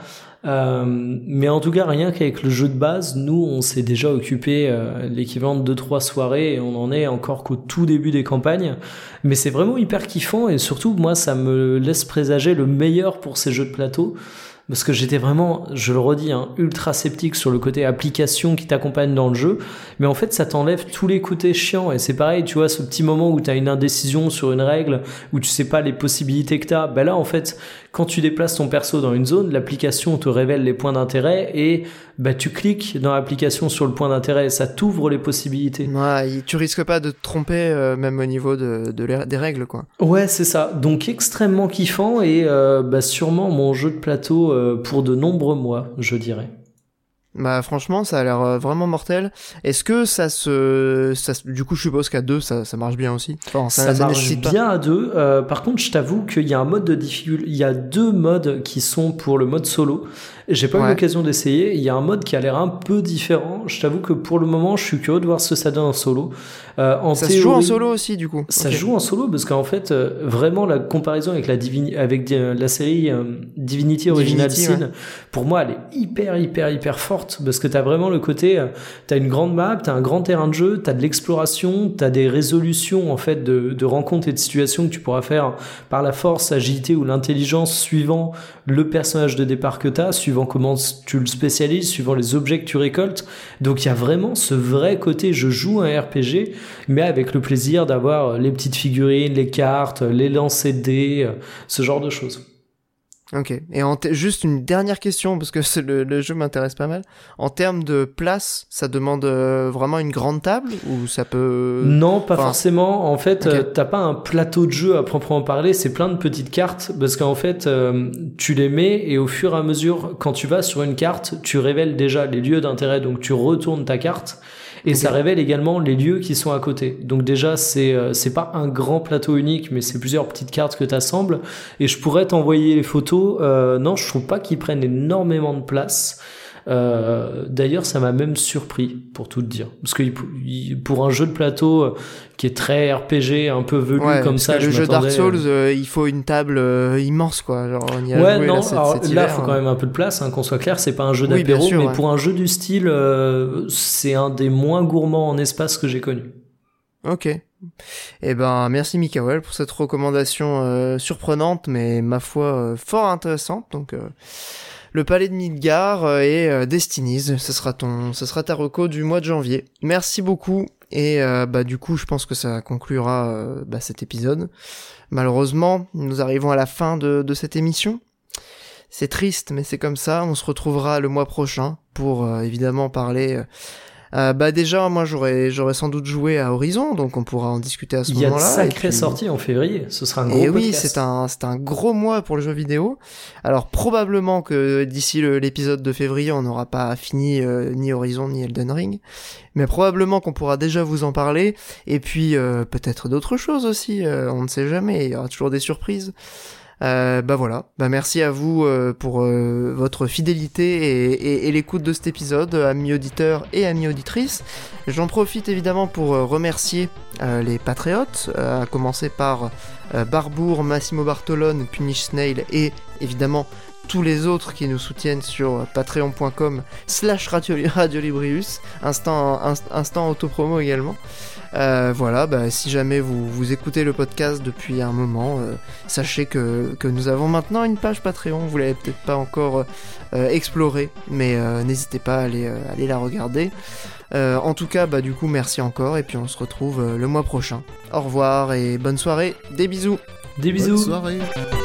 Mais en tout cas, rien qu'avec le jeu de base, nous on s'est déjà occupé l'équivalent de 2-3 soirées, et on en est encore qu'au tout début des campagnes. Mais c'est vraiment hyper kiffant, et surtout moi ça me laisse présager le meilleur pour ces jeux de plateau. Parce que j'étais vraiment, je le redis, ultra sceptique sur le côté application qui t'accompagne dans le jeu. Mais en fait, ça t'enlève tous les côtés chiants. Et c'est pareil, tu vois, ce petit moment où t'as une indécision sur une règle, où tu sais pas les possibilités que t'as. Là, en fait, quand tu déplaces ton perso dans une zone, l'application te révèle les points d'intérêt, et tu cliques dans l'application sur le point d'intérêt, et ça t'ouvre les possibilités. Ouais, tu risques pas de te tromper, même au niveau des règles, quoi. Ouais, c'est ça. Donc extrêmement kiffant, et sûrement mon jeu de plateau pour de nombreux mois, je dirais. Franchement, ça a l'air vraiment mortel. Est-ce que du coup, je suppose qu'à 2, ça marche bien aussi. Enfin, ça marche bien à 2. Par contre, je t'avoue qu'il y a un mode de difficulté. Il y a 2 modes qui sont pour le mode solo. J'ai pas eu l'occasion d'essayer. Il y a un mode qui a l'air un peu différent. Je t'avoue que pour le moment, je suis curieux de voir ce que ça donne en solo. Ça se joue en solo aussi, du coup. Ça se joue en solo, parce qu'en fait, vraiment, la comparaison avec la série Divinity Original Sin, pour moi, elle est hyper forte. forte parce que t'as vraiment le côté, t'as une grande map, t'as un grand terrain de jeu, t'as de l'exploration, t'as des résolutions en fait de rencontres et de situations que tu pourras faire par la force, agilité ou l'intelligence suivant le personnage de départ que t'as, suivant comment tu le spécialises, suivant les objets que tu récoltes. Donc il y a vraiment ce vrai côté je joue un RPG mais avec le plaisir d'avoir les petites figurines, les cartes, les lancers de dés, ce genre de choses. Ok, et juste une dernière question, parce que le jeu m'intéresse pas mal. En termes de place, ça demande vraiment une grande table, ou ça peut... Non, pas forcément. En fait, okay. T'as pas un plateau de jeu à proprement parler, c'est plein de petites cartes, parce qu'en fait, tu les mets, et au fur et à mesure, quand tu vas sur une carte, tu révèles déjà les lieux d'intérêt, donc tu retournes ta carte, et ça révèle également les lieux qui sont à côté. Donc déjà, c'est pas un grand plateau unique, mais c'est plusieurs petites cartes que t'assembles. Et je pourrais t'envoyer les photos. Non, je trouve pas qu'ils prennent énormément de place. D'ailleurs, ça m'a même surpris, pour tout te dire. Parce que pour un jeu de plateau qui est très RPG, un peu velu comme ça, le jeu Dark Souls, il faut une table immense, quoi. Genre, on y a joué, non, là, faut quand même un peu de place, qu'on soit clair, c'est pas un jeu d'apéro, mais pour un jeu du style, c'est un des moins gourmands en espace que j'ai connu. Ok. Eh ben, merci Mikael pour cette recommandation surprenante, mais ma foi fort intéressante. Donc, le Palais de Midgar et Destinies, ce sera ta reco du mois de janvier. Merci beaucoup. Et du coup, je pense que ça conclura cet épisode. Malheureusement, nous arrivons à la fin de cette émission. C'est triste, mais c'est comme ça. On se retrouvera le mois prochain pour évidemment parler... déjà, moi, j'aurais sans doute joué à Horizon, donc on pourra en discuter à ce moment-là. Il y a de sacrées sorties en février, ce sera un gros podcast. Et oui, c'est un gros mois pour le jeu vidéo. Alors, probablement que d'ici l'épisode de février, on n'aura pas fini ni Horizon ni Elden Ring, mais probablement qu'on pourra déjà vous en parler, et puis peut-être d'autres choses aussi, on ne sait jamais, il y aura toujours des surprises. Voilà. Merci à vous pour votre fidélité et l'écoute de cet épisode, amis auditeurs et amis auditrices. J'en profite évidemment pour remercier les patriotes, à commencer par Barbour, Massimo Bartolone, Punish Snail et évidemment tous les autres qui nous soutiennent sur patreon.com/radiolibrius, instant autopromo également. Si jamais vous écoutez le podcast depuis un moment, sachez que nous avons maintenant une page Patreon, vous l'avez peut-être pas encore explorée, mais n'hésitez pas à aller la regarder. En tout cas, du coup, merci encore, et puis on se retrouve le mois prochain. Au revoir et bonne soirée, des bisous. Des bisous. Bonne soirée.